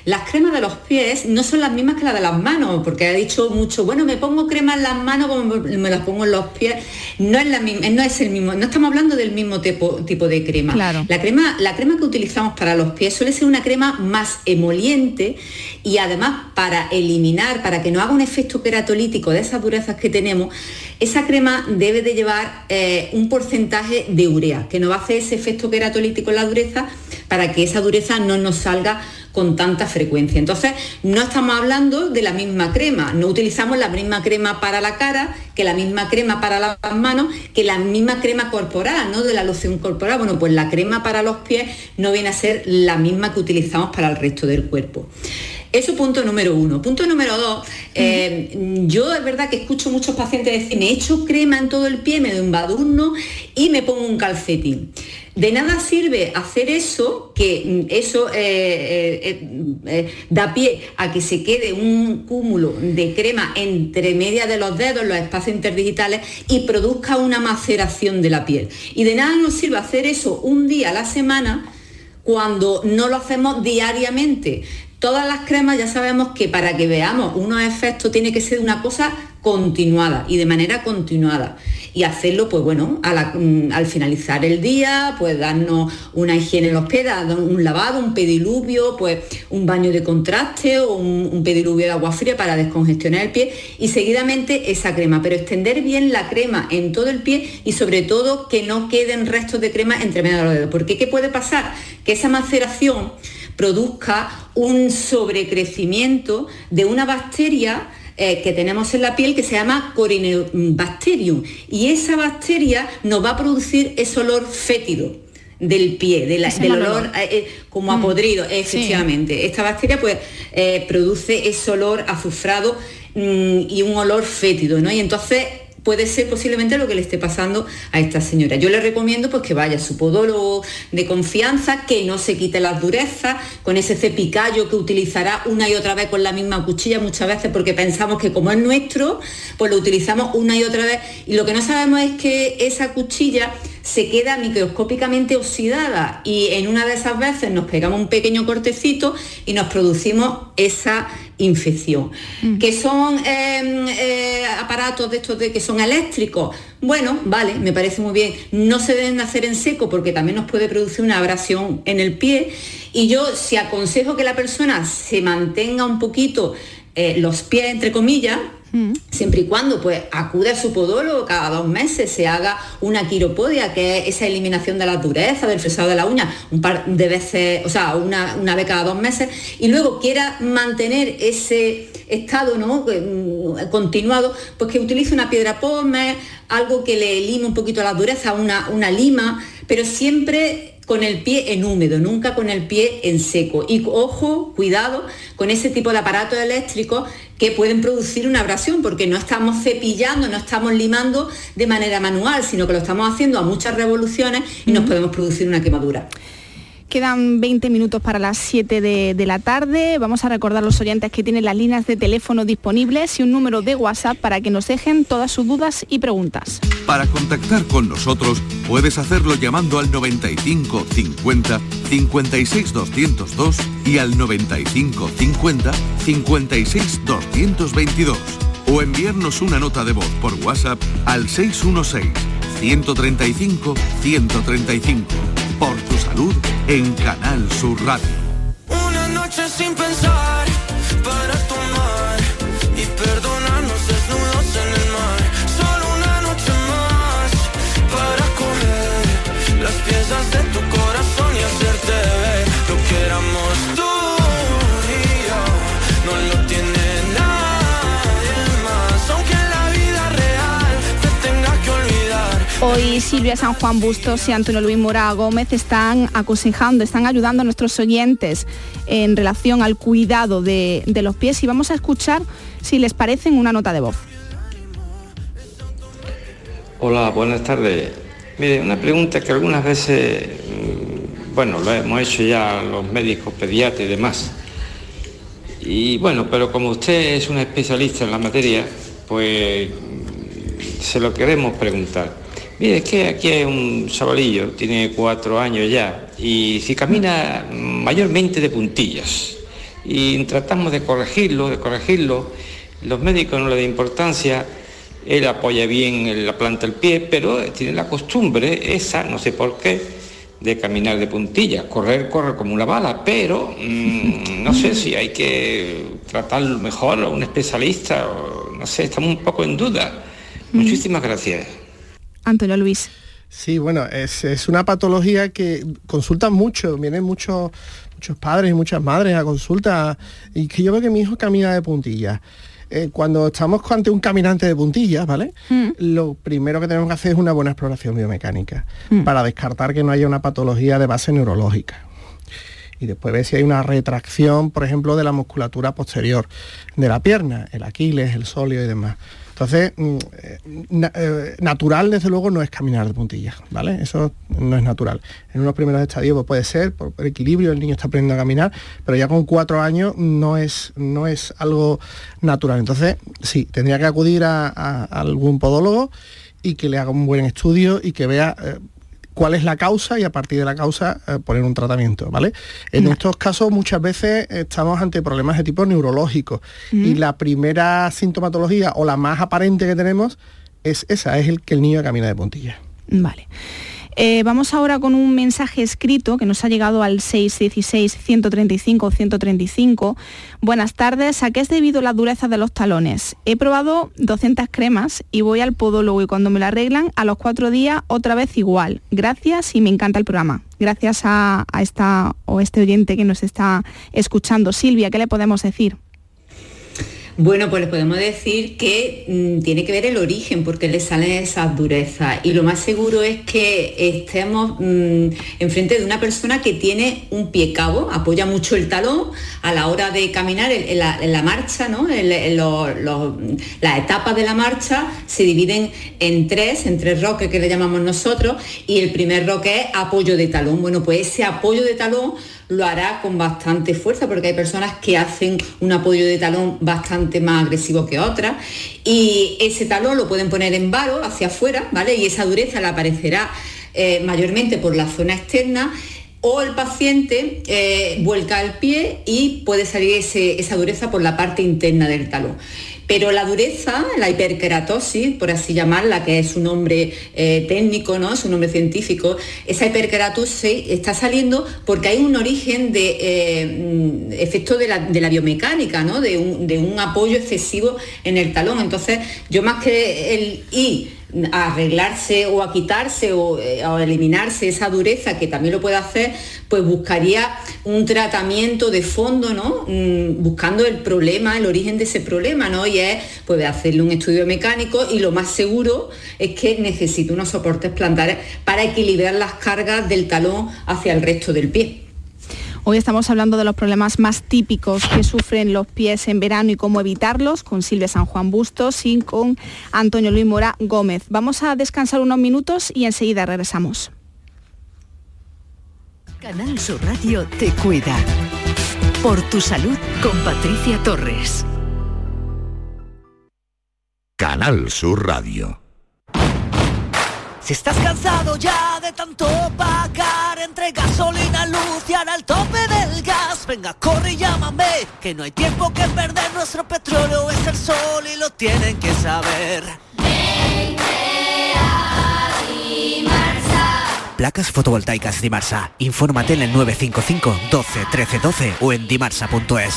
las cremas de los pies no son las mismas que las de las manos, porque ha dicho mucho, bueno, me pongo crema en las manos como me las pongo en los pies. No es la misma, no es el mismo, no estamos hablando del mismo tipo, tipo de crema. Claro. La crema, la crema que utilizamos para los pies suele ser una crema más emoliente y además para eliminar, para que no haga un efecto queratolítico de esas durezas que tenemos, esa crema debe de llevar eh, un porcentaje de urea, que nos va a hacer ese efecto queratolítico en la dureza para que esa dureza no nos salga con tanta frecuencia. Entonces, no estamos hablando de la misma crema, no utilizamos la misma crema para la cara, que la misma crema para las manos, que la misma crema corporal, ¿no? De la loción corporal. Bueno, pues la crema para los pies no viene a ser la misma que utilizamos para el resto del cuerpo. Eso punto número uno. Punto número dos, eh, uh-huh. yo es verdad que escucho muchos pacientes decir, me echo crema en todo el pie, me doy un badurno y me pongo un calcetín. De nada sirve hacer eso, que eso eh, eh, eh, da pie a que se quede un cúmulo de crema entre medias de los dedos, los espacios interdigitales, y produzca una maceración de la piel. Y de nada nos sirve hacer eso un día a la semana cuando no lo hacemos diariamente. Todas las cremas ya sabemos que para que veamos unos efectos tiene que ser una cosa continuada y de manera continuada. Y hacerlo, pues bueno, a la, al finalizar el día, pues darnos una higiene en los pies, un lavado, un pediluvio, pues un baño de contraste o un, un pediluvio de agua fría para descongestionar el pie y seguidamente esa crema. Pero extender bien la crema en todo el pie y sobre todo que no queden restos de crema entre medio de los dedos. Porque ¿qué puede pasar? Que esa maceración produzca un sobrecrecimiento de una bacteria eh, que tenemos en la piel que se llama Corynebacterium, y esa bacteria nos va a producir ese olor fétido del pie, de la, del olor, olor. Eh, como a podrido, mm, efectivamente. Sí. Esta bacteria pues eh, produce ese olor azufrado mm, y un olor fétido, ¿no? Y entonces puede ser posiblemente lo que le esté pasando a esta señora. Yo le recomiendo pues que vaya a su podólogo de confianza, que no se quite las durezas con ese cepicallo que utilizará una y otra vez con la misma cuchilla muchas veces, porque pensamos que como es nuestro, pues lo utilizamos una y otra vez, y lo que no sabemos es que esa cuchilla se queda microscópicamente oxidada y en una de esas veces nos pegamos un pequeño cortecito y nos producimos esa infección. Mm. Que son eh, eh, aparatos de estos de que son eléctricos, bueno, vale, me parece muy bien. No se deben hacer en seco porque también nos puede producir una abrasión en el pie, y yo si aconsejo que la persona se mantenga un poquito eh, los pies entre comillas, Mm. siempre y cuando pues acude a su podólogo cada dos meses, se haga una quiropodia, que es esa eliminación de las durezas, del fresado de la uña, un par de veces, o sea, una, una vez cada dos meses, y luego quiera mantener ese estado, ¿no?, continuado, pues que utilice una piedra pómez, algo que le lime un poquito la dureza, una, una lima, pero siempre con el pie en húmedo, nunca con el pie en seco. Y ojo, cuidado con ese tipo de aparatos eléctricos que pueden producir una abrasión, porque no estamos cepillando, no estamos limando de manera manual, sino que lo estamos haciendo a muchas revoluciones y nos podemos producir una quemadura. Quedan veinte minutos para las siete de, de la tarde. Vamos a recordar a los oyentes que tienen las líneas de teléfono disponibles y un número de WhatsApp para que nos dejen todas sus dudas y preguntas. Para contactar con nosotros puedes hacerlo llamando al noventa y cinco cincuenta cincuenta y seis doscientos dos y al noventa y cinco cincuenta cincuenta y seis doscientos veintidós o enviarnos una nota de voz por WhatsApp al seis uno seis, uno tres cinco, uno tres cinco. Por tu salud en Canal Sur Radio. Una noche sin pensar para tomar y perdonarnos desnudos en el mar. Solo una noche más para coger las piezas de tu corazón y hacerte ver lo que éramos tú y yo. No lo tiene nadie más, aunque en la vida real te tenga que olvidar. Hoy Silvia San Juan Bustos y Antonio Luis Mora Gómez están aconsejando, están ayudando a nuestros oyentes en relación al cuidado de, de los pies, y vamos a escuchar, si les parece, en una nota de voz. Hola, buenas tardes. Mire, una pregunta que algunas veces, bueno, lo hemos hecho ya los médicos, pediatras y demás. Y bueno, pero como usted es un especialista en la materia, pues se lo queremos preguntar. Mire, es que aquí hay un chavalillo, tiene cuatro años ya, y si camina mayormente de puntillas, y tratamos de corregirlo, de corregirlo. Los médicos no le dan importancia, él apoya bien la planta del pie, pero tiene la costumbre esa, no sé por qué, de caminar de puntillas. Correr, corre como una bala, pero mmm, no sé si hay que tratarlo mejor a un especialista, o, no sé, estamos un poco en duda. Muchísimas gracias. Antonio Luis. Sí, bueno, es, es una patología que consultan mucho, vienen muchos muchos padres y muchas madres a consulta, y que yo veo que mi hijo camina de puntillas. Eh, cuando estamos ante un caminante de puntillas, ¿vale? Mm. Lo primero que tenemos que hacer es una buena exploración biomecánica, mm. para descartar que no haya una patología de base neurológica. Y después ver si hay una retracción, por ejemplo, de la musculatura posterior de la pierna, el Aquiles, el sóleo y demás. Entonces, na- eh, natural, desde luego, no es caminar de puntillas, ¿vale? Eso no es natural. En unos primeros estadios pues, puede ser, por, por equilibrio, el niño está aprendiendo a caminar, pero ya con cuatro años no es, no es algo natural. Entonces, sí, tendría que acudir a, a, a algún podólogo y que le haga un buen estudio y que vea eh, cuál es la causa, y a partir de la causa eh, poner un tratamiento, ¿vale? En no. estos casos muchas veces estamos ante problemas de tipo neurológico, mm. y la primera sintomatología o la más aparente que tenemos es esa, es el que el niño camina de puntillas. Vale. Eh, vamos ahora con un mensaje escrito que nos ha llegado al seis uno seis, uno tres cinco, uno tres cinco. Buenas tardes, ¿a qué es debido la dureza de los talones? He probado doscientas cremas y voy al podólogo, y cuando me la arreglan, a los cuatro días otra vez igual. Gracias y me encanta el programa. Gracias a, a esta o este oyente que nos está escuchando. Silvia, ¿qué le podemos decir? Bueno, pues les podemos decir que mmm, tiene que ver el origen, porque le salen esas durezas, y lo más seguro es que estemos mmm, enfrente de una persona que tiene un pie cabo, apoya mucho el talón a la hora de caminar en, en, la, en la marcha, ¿no? En, en lo, lo, las etapas de la marcha se dividen en tres, en tres roques que le llamamos nosotros, y el primer roque es apoyo de talón. Bueno, pues ese apoyo de talón lo hará con bastante fuerza, porque hay personas que hacen un apoyo de talón bastante más agresivo que otras, y ese talón lo pueden poner en varo hacia afuera, ¿vale? Y esa dureza le aparecerá eh, mayormente por la zona externa, o el paciente eh, vuelca el pie y puede salir ese, esa dureza por la parte interna del talón. Pero la dureza, la hiperkeratosis, por así llamarla, que es un nombre eh, técnico, ¿no? Es un nombre científico, esa hiperkeratosis está saliendo porque hay un origen de eh, efecto de la, de la biomecánica, ¿no? De un, de un apoyo excesivo en el talón. Entonces, yo más que el ir a arreglarse o a quitarse o, eh, o a eliminarse esa dureza, que también lo puede hacer, pues buscaría un tratamiento de fondo, ¿no? Mm, buscando el problema, el origen de ese problema, ¿no? Y es pues hacerle un estudio mecánico, y lo más seguro es que necesite unos soportes plantares para equilibrar las cargas del talón hacia el resto del pie. Hoy estamos hablando de los problemas más típicos que sufren los pies en verano y cómo evitarlos, con Silvia San Juan Bustos y con Antonio Luis Mora Gómez. Vamos a descansar unos minutos y enseguida regresamos. Canal Sur Radio te cuida. Por tu salud, con Patricia Torres. Canal Sur Radio. Si estás cansado ya de tanto pagar entre gasolina, luz y ahora el tope del gas, venga, corre y llámame, que no hay tiempo que perder, nuestro petróleo es el sol y lo tienen que saber. Vente a Dimarsa. Placas fotovoltaicas Dimarsa. Infórmate en el nueve cinco cinco, doce, trece, doce o en dimarsa punto es.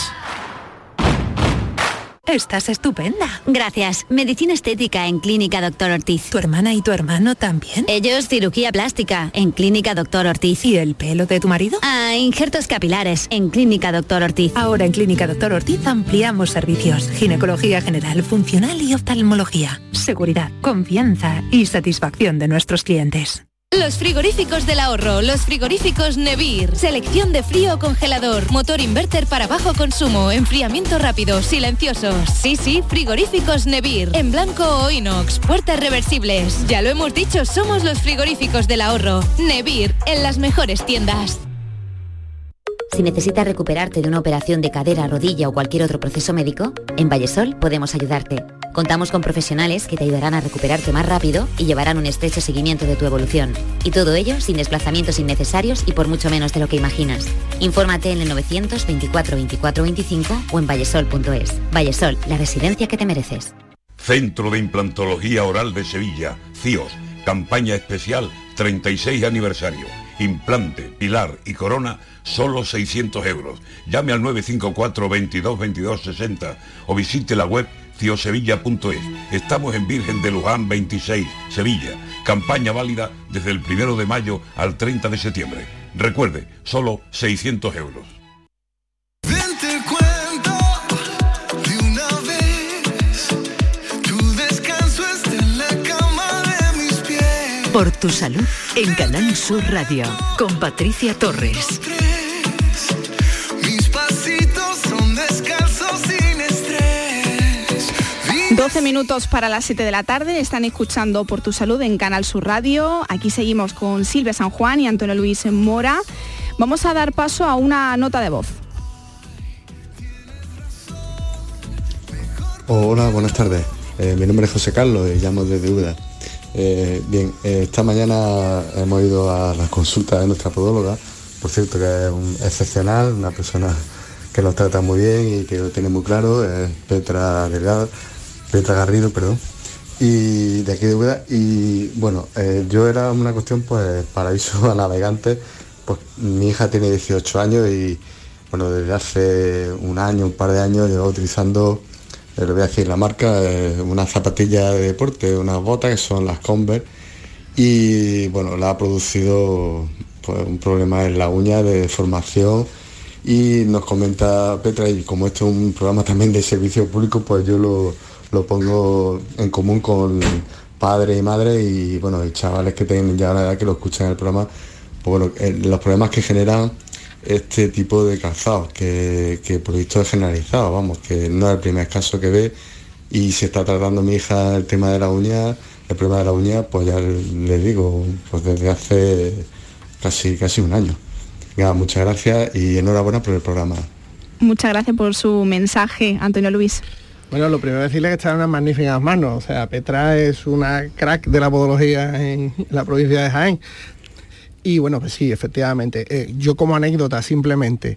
Estás estupenda. Gracias. Medicina estética en Clínica Doctor Ortiz. ¿Tu hermana y tu hermano también? Ellos cirugía plástica en Clínica Doctor Ortiz. ¿Y el pelo de tu marido? Ah, injertos capilares en Clínica Doctor Ortiz. Ahora en Clínica Doctor Ortiz ampliamos servicios. Ginecología general, funcional y oftalmología. Seguridad, confianza y satisfacción de nuestros clientes. Los frigoríficos del ahorro, los frigoríficos Nevir. Selección de frío o congelador, motor inverter para bajo consumo, enfriamiento rápido, silenciosos. Sí, sí, frigoríficos Nevir. En blanco o inox, puertas reversibles. Ya lo hemos dicho, somos los frigoríficos del ahorro. Nevir, en las mejores tiendas. Si necesitas recuperarte de una operación de cadera, rodilla o cualquier otro proceso médico, en Vallesol podemos ayudarte. Contamos con profesionales que te ayudarán a recuperarte más rápido y llevarán un estrecho seguimiento de tu evolución. Y todo ello sin desplazamientos innecesarios y por mucho menos de lo que imaginas. Infórmate en el novecientos veinticuatro veinticuatro veinticinco o en vallesol punto es. Vallesol, la residencia que te mereces. Centro de Implantología Oral de Sevilla, C I O S, campaña especial treinta y seis aniversario. Implante, pilar y corona, solo seiscientos euros. Llame al nueve cinco cuatro veintidós veintidós sesenta o visite la web ciosevilla punto es. Estamos en Virgen de Luján veintiséis, Sevilla. Campaña válida desde el primero de mayo al treinta de septiembre. Recuerde, solo seiscientos euros. Por tu salud en Canal Sur Radio con Patricia Torres. Mis pasitos son descalzos sin estrés. doce minutos para las siete de la tarde, están escuchando Por tu salud en Canal Sur Radio. Aquí seguimos con Silvia San Juan y Antonio Luis Mora. Vamos a dar paso a una nota de voz. Hola, buenas tardes. Eh, mi nombre es José Carlos y llamo desde Úbeda. Eh, bien, eh, esta mañana hemos ido a la consulta de nuestra podóloga, por cierto que es un excepcional, una persona que nos trata muy bien y que lo tiene muy claro, es Petra Delgado, Petra Garrido, perdón, y de aquí de Úbeda. Y bueno, eh, yo era una cuestión pues paraíso a navegantes, pues mi hija tiene dieciocho años y bueno, desde hace un año, un par de años llevo utilizando, le voy a decir la marca, eh, una zapatilla de deporte, unas botas que son las Converse, y bueno, la ha producido pues, un problema en la uña de deformación, y nos comenta Petra, y como esto es un programa también de servicio público, pues yo lo, lo pongo en común con padres y madres y bueno, y chavales que tienen ya la edad que lo escuchan en el programa, pues bueno, eh, los problemas que generan este tipo de calzado, que, que por visto es generalizado, vamos, que no es el primer caso que ve, y se está tratando mi hija el tema de la uña, el problema de la uña, pues ya les digo, pues desde hace casi casi un año. Nada, muchas gracias y enhorabuena por el programa. Muchas gracias por su mensaje, Antonio Luis. Bueno, lo primero decirle que está en unas magníficas manos, o sea, Petra es una crack de la podología en la provincia de Jaén. Y bueno, pues sí, efectivamente. Eh, yo como anécdota simplemente,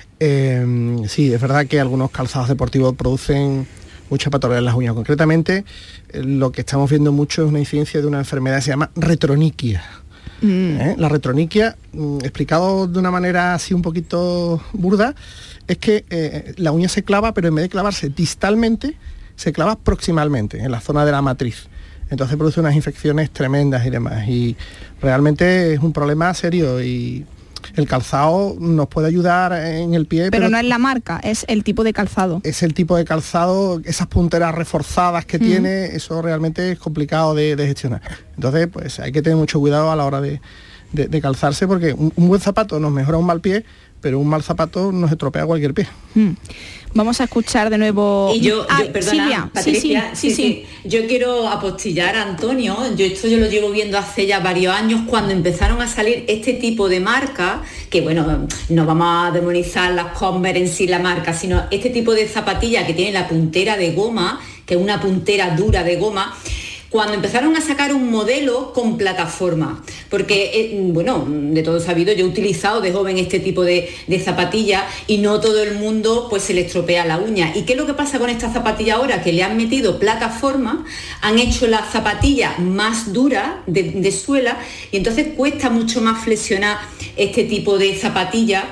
eh, sí, es verdad que algunos calzados deportivos producen mucha patología en las uñas. Concretamente, eh, lo que estamos viendo mucho es una incidencia de una enfermedad que se llama retroniquia. Mm. ¿Eh? La retroniquia, mm, explicado de una manera así un poquito burda, es que eh, la uña se clava, pero en vez de clavarse distalmente, se clava proximalmente, en la zona de la matriz. Entonces produce unas infecciones tremendas y demás. Y realmente es un problema serio y el calzado nos puede ayudar en el pie. Pero, pero no es la marca, es el tipo de calzado. Es el tipo de calzado, esas punteras reforzadas que mm. tiene, eso realmente es complicado de, de gestionar. Entonces, pues hay que tener mucho cuidado a la hora de, de, de calzarse, porque un, un buen zapato nos mejora un mal pie, pero un mal zapato nos estropea cualquier pie. Mm. Vamos a escuchar de nuevo. Y yo, ah, yo perdona, Silvia, Patricia, sí, sí, sí, sí, sí, yo quiero apostillar a Antonio. Yo esto yo lo llevo viendo hace ya varios años, cuando empezaron a salir este tipo de marcas, que bueno, no vamos a demonizar las Converse en sí la marca, sino este tipo de zapatilla que tiene la puntera de goma, que es una puntera dura de goma. Cuando empezaron a sacar un modelo con plataforma, porque, eh, bueno, de todo sabido, yo he utilizado de joven este tipo de, de zapatillas y no todo el mundo pues se le estropea la uña. ¿Y qué es lo que pasa con esta zapatilla ahora? Que le han metido plataforma, han hecho la zapatilla más dura de, de suela y entonces cuesta mucho más flexionar este tipo de zapatilla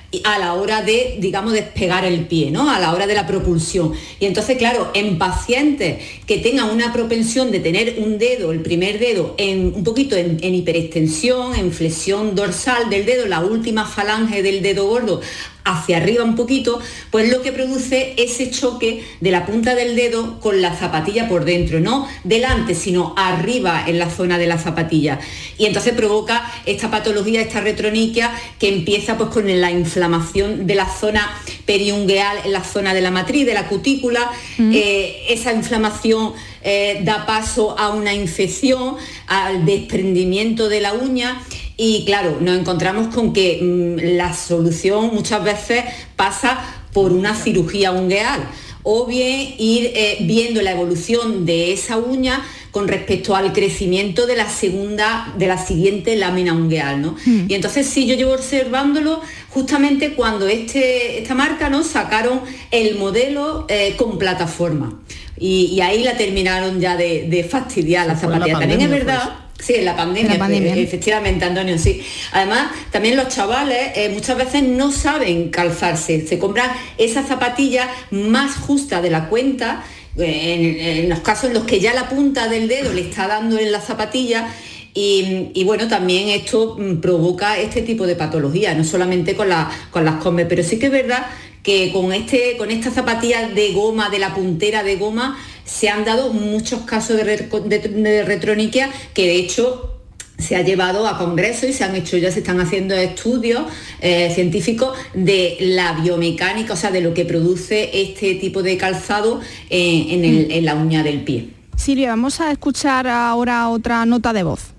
a la hora de, digamos, despegar el pie, ¿no? A la hora de la propulsión. Y entonces, claro, en pacientes que tengan una propensión de tener un dedo, el primer dedo, en, un poquito en, en hiperextensión, en flexión dorsal del dedo, la última falange del dedo gordo, hacia arriba un poquito, pues lo que produce ese choque de la punta del dedo con la zapatilla por dentro, no delante, sino arriba en la zona de la zapatilla. Y entonces provoca esta patología, esta retroniquia, que empieza pues con la inflamación de la zona periungueal, en la zona de la matriz, de la cutícula. Mm. Eh, esa inflamación eh, da paso a una infección, al desprendimiento de la uña. Y claro, nos encontramos con que mmm, la solución muchas veces pasa por una cirugía ungueal o bien ir eh, viendo la evolución de esa uña con respecto al crecimiento de la segunda, de la siguiente lámina ungueal, ¿no? Mm. Y entonces sí, yo llevo observándolo justamente cuando este, esta marca, ¿no?, sacaron el modelo eh, con plataforma. Y, y ahí la terminaron ya de, de fastidiar la zapatilla. También es verdad. Pues. Sí, en la pandemia, en la pandemia. Pues, efectivamente, Antonio, sí. Además, también los chavales eh, muchas veces no saben calzarse, se compran esa zapatilla más justa de la cuenta, en, en los casos en los que ya la punta del dedo le está dando en la zapatilla. Y, y bueno, también esto provoca este tipo de patología, no solamente con, la, con las Converse, pero sí que es verdad que con, este, con estas zapatillas de goma, de la puntera de goma, se han dado muchos casos de, de, de retroniquia, que de hecho se ha llevado a congresos y se han hecho, ya se están haciendo estudios eh, científicos de la biomecánica, o sea, de lo que produce este tipo de calzado eh, en, el, en la uña del pie. Silvia, vamos a escuchar ahora otra nota de voz.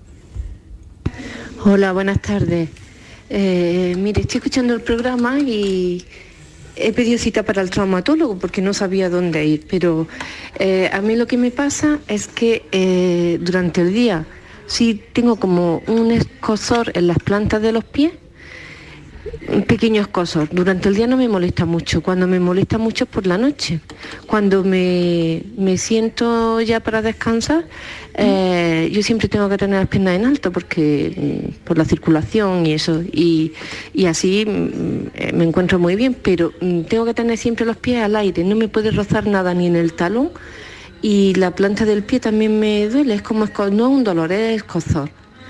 Hola, buenas tardes. Eh, mire, estoy escuchando el programa y he pedido cita para el traumatólogo porque no sabía dónde ir, pero eh, a mí lo que me pasa es que eh, durante el día sí tengo como un escozor en las plantas de los pies, un pequeño escozor. Durante el día no me molesta mucho, cuando me molesta mucho es por la noche. Cuando me, me siento ya para descansar, eh, yo siempre tengo que tener las piernas en alto porque por la circulación y eso, y, y así mm, me encuentro muy bien, pero mm, tengo que tener siempre los pies al aire, no me puede rozar nada ni en el talón, y la planta del pie también me duele, es como, esco- no es un dolor, es escozor.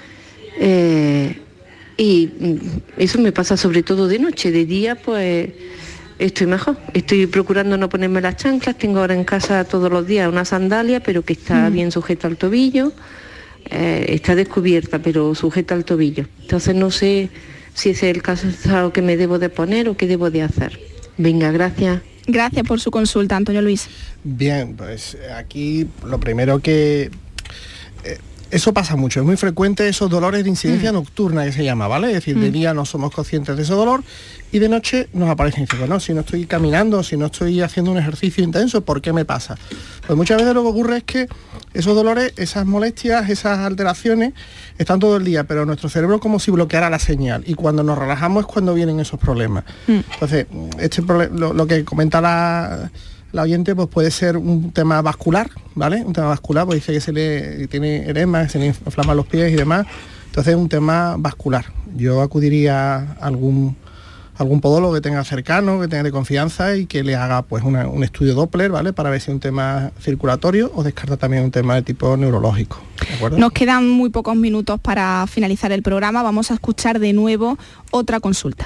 Eh, y eso me pasa sobre todo de noche, de día pues estoy mejor, estoy procurando no ponerme las chanclas, tengo ahora en casa todos los días una sandalia, pero que está mm. bien sujeta al tobillo, eh, está descubierta, pero sujeta al tobillo. Entonces no sé si ese es el caso que me debo de poner o qué debo de hacer. Venga, gracias. Gracias por su consulta, Antonio Luis. Bien, pues aquí lo primero que... Eh, eso pasa mucho, es muy frecuente esos dolores de incidencia mm. nocturna que se llama, ¿vale? Es decir, mm. de día no somos conscientes de ese dolor y de noche nos aparece y dice, bueno, si no estoy caminando, si no estoy haciendo un ejercicio intenso, ¿por qué me pasa? Pues muchas veces lo que ocurre es que esos dolores, esas molestias, esas alteraciones están todo el día, pero nuestro cerebro como si bloqueara la señal y cuando nos relajamos es cuando vienen esos problemas. Mm. Entonces, este lo, lo que comenta la... la oyente, pues puede ser un tema vascular, ¿vale? Un tema vascular, pues dice que se le tiene edema, se le inflaman los pies y demás. Entonces es un tema vascular. Yo acudiría a algún algún podólogo que tenga cercano, que tenga de confianza y que le haga pues una, un estudio Doppler, ¿vale? Para ver si es un tema circulatorio o descarta también un tema de tipo neurológico. ¿De acuerdo? Nos quedan muy pocos minutos para finalizar el programa. Vamos a escuchar de nuevo otra consulta.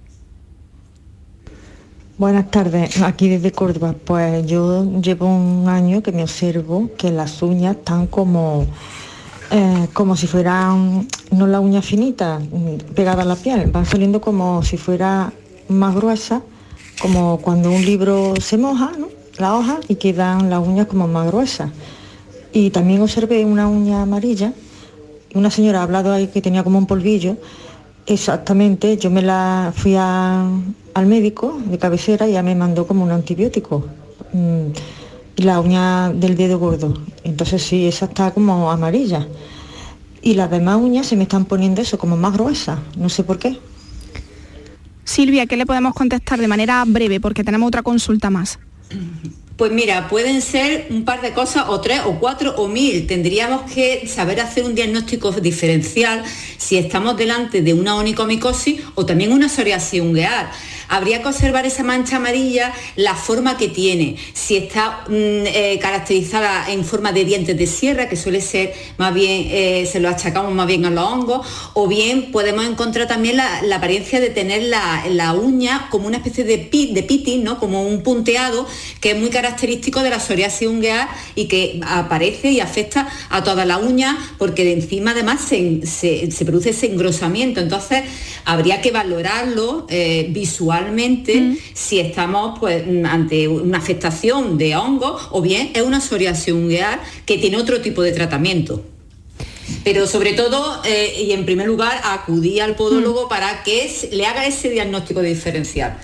Buenas tardes, aquí desde Córdoba. Pues yo llevo un año que me observo que las uñas están como, eh, como si fueran, no la uña finita, pegada a la piel, van saliendo como si fuera más gruesa, como cuando un libro se moja, ¿no?, la hoja, y quedan las uñas como más gruesas. Y también observé una uña amarilla, una señora ha hablado ahí que tenía como un polvillo. Exactamente, yo me la fui a, al médico de cabecera y ya me mandó como un antibiótico, mm, y la uña del dedo gordo, entonces sí, esa está como amarilla y las demás uñas se me están poniendo eso como más gruesas, no sé por qué. Silvia, ¿qué le podemos contestar de manera breve? Porque tenemos otra consulta más. Pues mira, pueden ser un par de cosas, o tres, o cuatro, o mil. Tendríamos que saber hacer un diagnóstico diferencial si estamos delante de una onicomicosis o también una psoriasis ungueal. Habría que observar esa mancha amarilla, la forma que tiene, si está mm, eh, caracterizada en forma de dientes de sierra, que suele ser más bien, eh, se lo achacamos más bien a los hongos, o bien podemos encontrar también la, la apariencia de tener la, la uña como una especie de, pit, de piting, ¿no?, como un punteado, que es muy característico de la psoriasis ungueal y que aparece y afecta a toda la uña, porque de encima además se, se, se produce ese engrosamiento. Entonces habría que valorarlo eh, visualmente, mm. si estamos pues ante una afectación de hongos o bien es una psoriasis ungueal que tiene otro tipo de tratamiento. Pero sobre todo, eh, y en primer lugar, acudir al podólogo mm. para que le haga ese diagnóstico diferencial.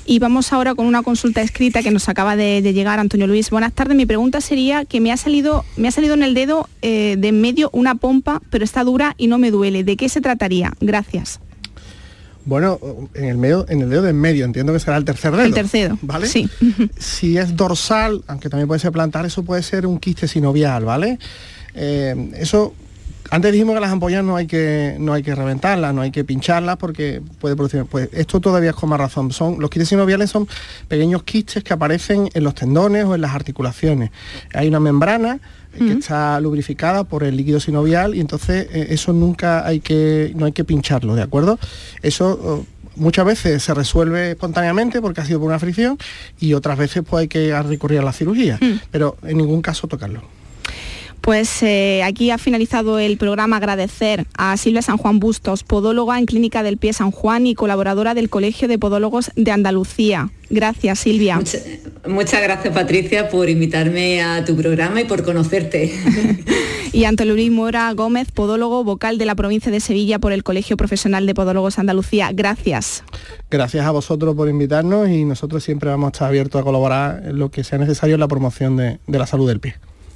Y vamos ahora con una consulta escrita que nos acaba de, de llegar, Antonio Luis. Buenas tardes, mi pregunta sería que me ha salido, me ha salido en el dedo eh, de en medio una pompa, pero está dura y no me duele. ¿De qué se trataría? Gracias. Bueno, en el, medio, en el dedo de en medio, entiendo que será el tercer dedo. El tercero, ¿vale? Sí. Si es dorsal, aunque también puede ser plantar, eso puede ser un quiste sinovial, ¿vale? Eh, eso, antes dijimos que las ampollas no hay que, no hay que reventarlas, no hay que pincharlas porque puede producir... Pues esto todavía es con más razón. Son, los quistes sinoviales son pequeños quistes que aparecen en los tendones o en las articulaciones. Hay una membrana que uh-huh. está lubrificada por el líquido sinovial y entonces eh, eso nunca hay que, no hay que pincharlo, ¿de acuerdo? Eso oh, muchas veces se resuelve espontáneamente porque ha sido por una fricción y otras veces pues hay que recurrir a la cirugía, uh-huh. pero en ningún caso tocarlo. Pues eh, aquí ha finalizado el programa. Agradecer a Silvia San Juan Bustos, podóloga en Clínica del Pie San Juan y colaboradora del Colegio de Podólogos de Andalucía. Gracias, Silvia. Mucha, muchas gracias, Patricia, por invitarme a tu programa y por conocerte. Y Antonio Luis Mora Gómez, podólogo vocal de la provincia de Sevilla por el Colegio Profesional de Podólogos Andalucía. Gracias. Gracias a vosotros por invitarnos y nosotros siempre vamos a estar abiertos a colaborar en lo que sea necesario en la promoción de, de la salud del pie.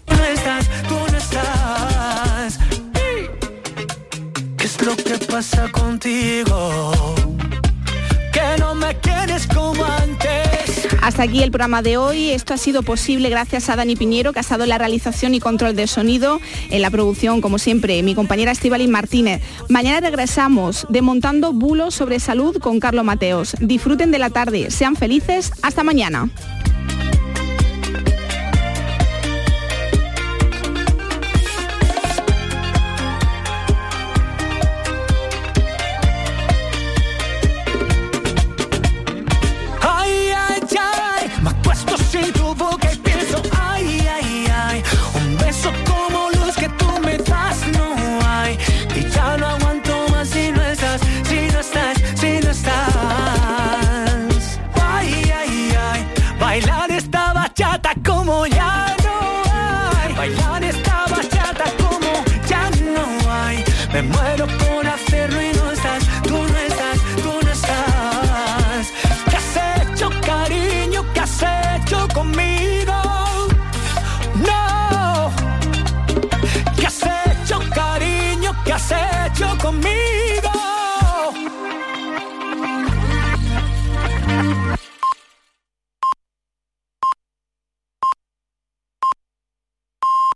Lo que pasa contigo, que no me quieres como antes. Hasta aquí el programa de hoy. Esto ha sido posible gracias a Dani Piñero, que ha estado en la realización y control de sonido. En la producción, como siempre, mi compañera Estíbaliz Martínez. Mañana regresamos desmontando bulos sobre salud con Carlos Mateos. Disfruten de la tarde, sean felices, hasta mañana. Como ya no hay, bailar esta bachata como ya no hay. Me muero por hacerlo y no estás, tú no estás, tú no estás. ¿Qué has hecho, cariño? ¿Qué has hecho conmigo? No. ¿Qué has hecho, cariño? ¿Qué has hecho conmigo?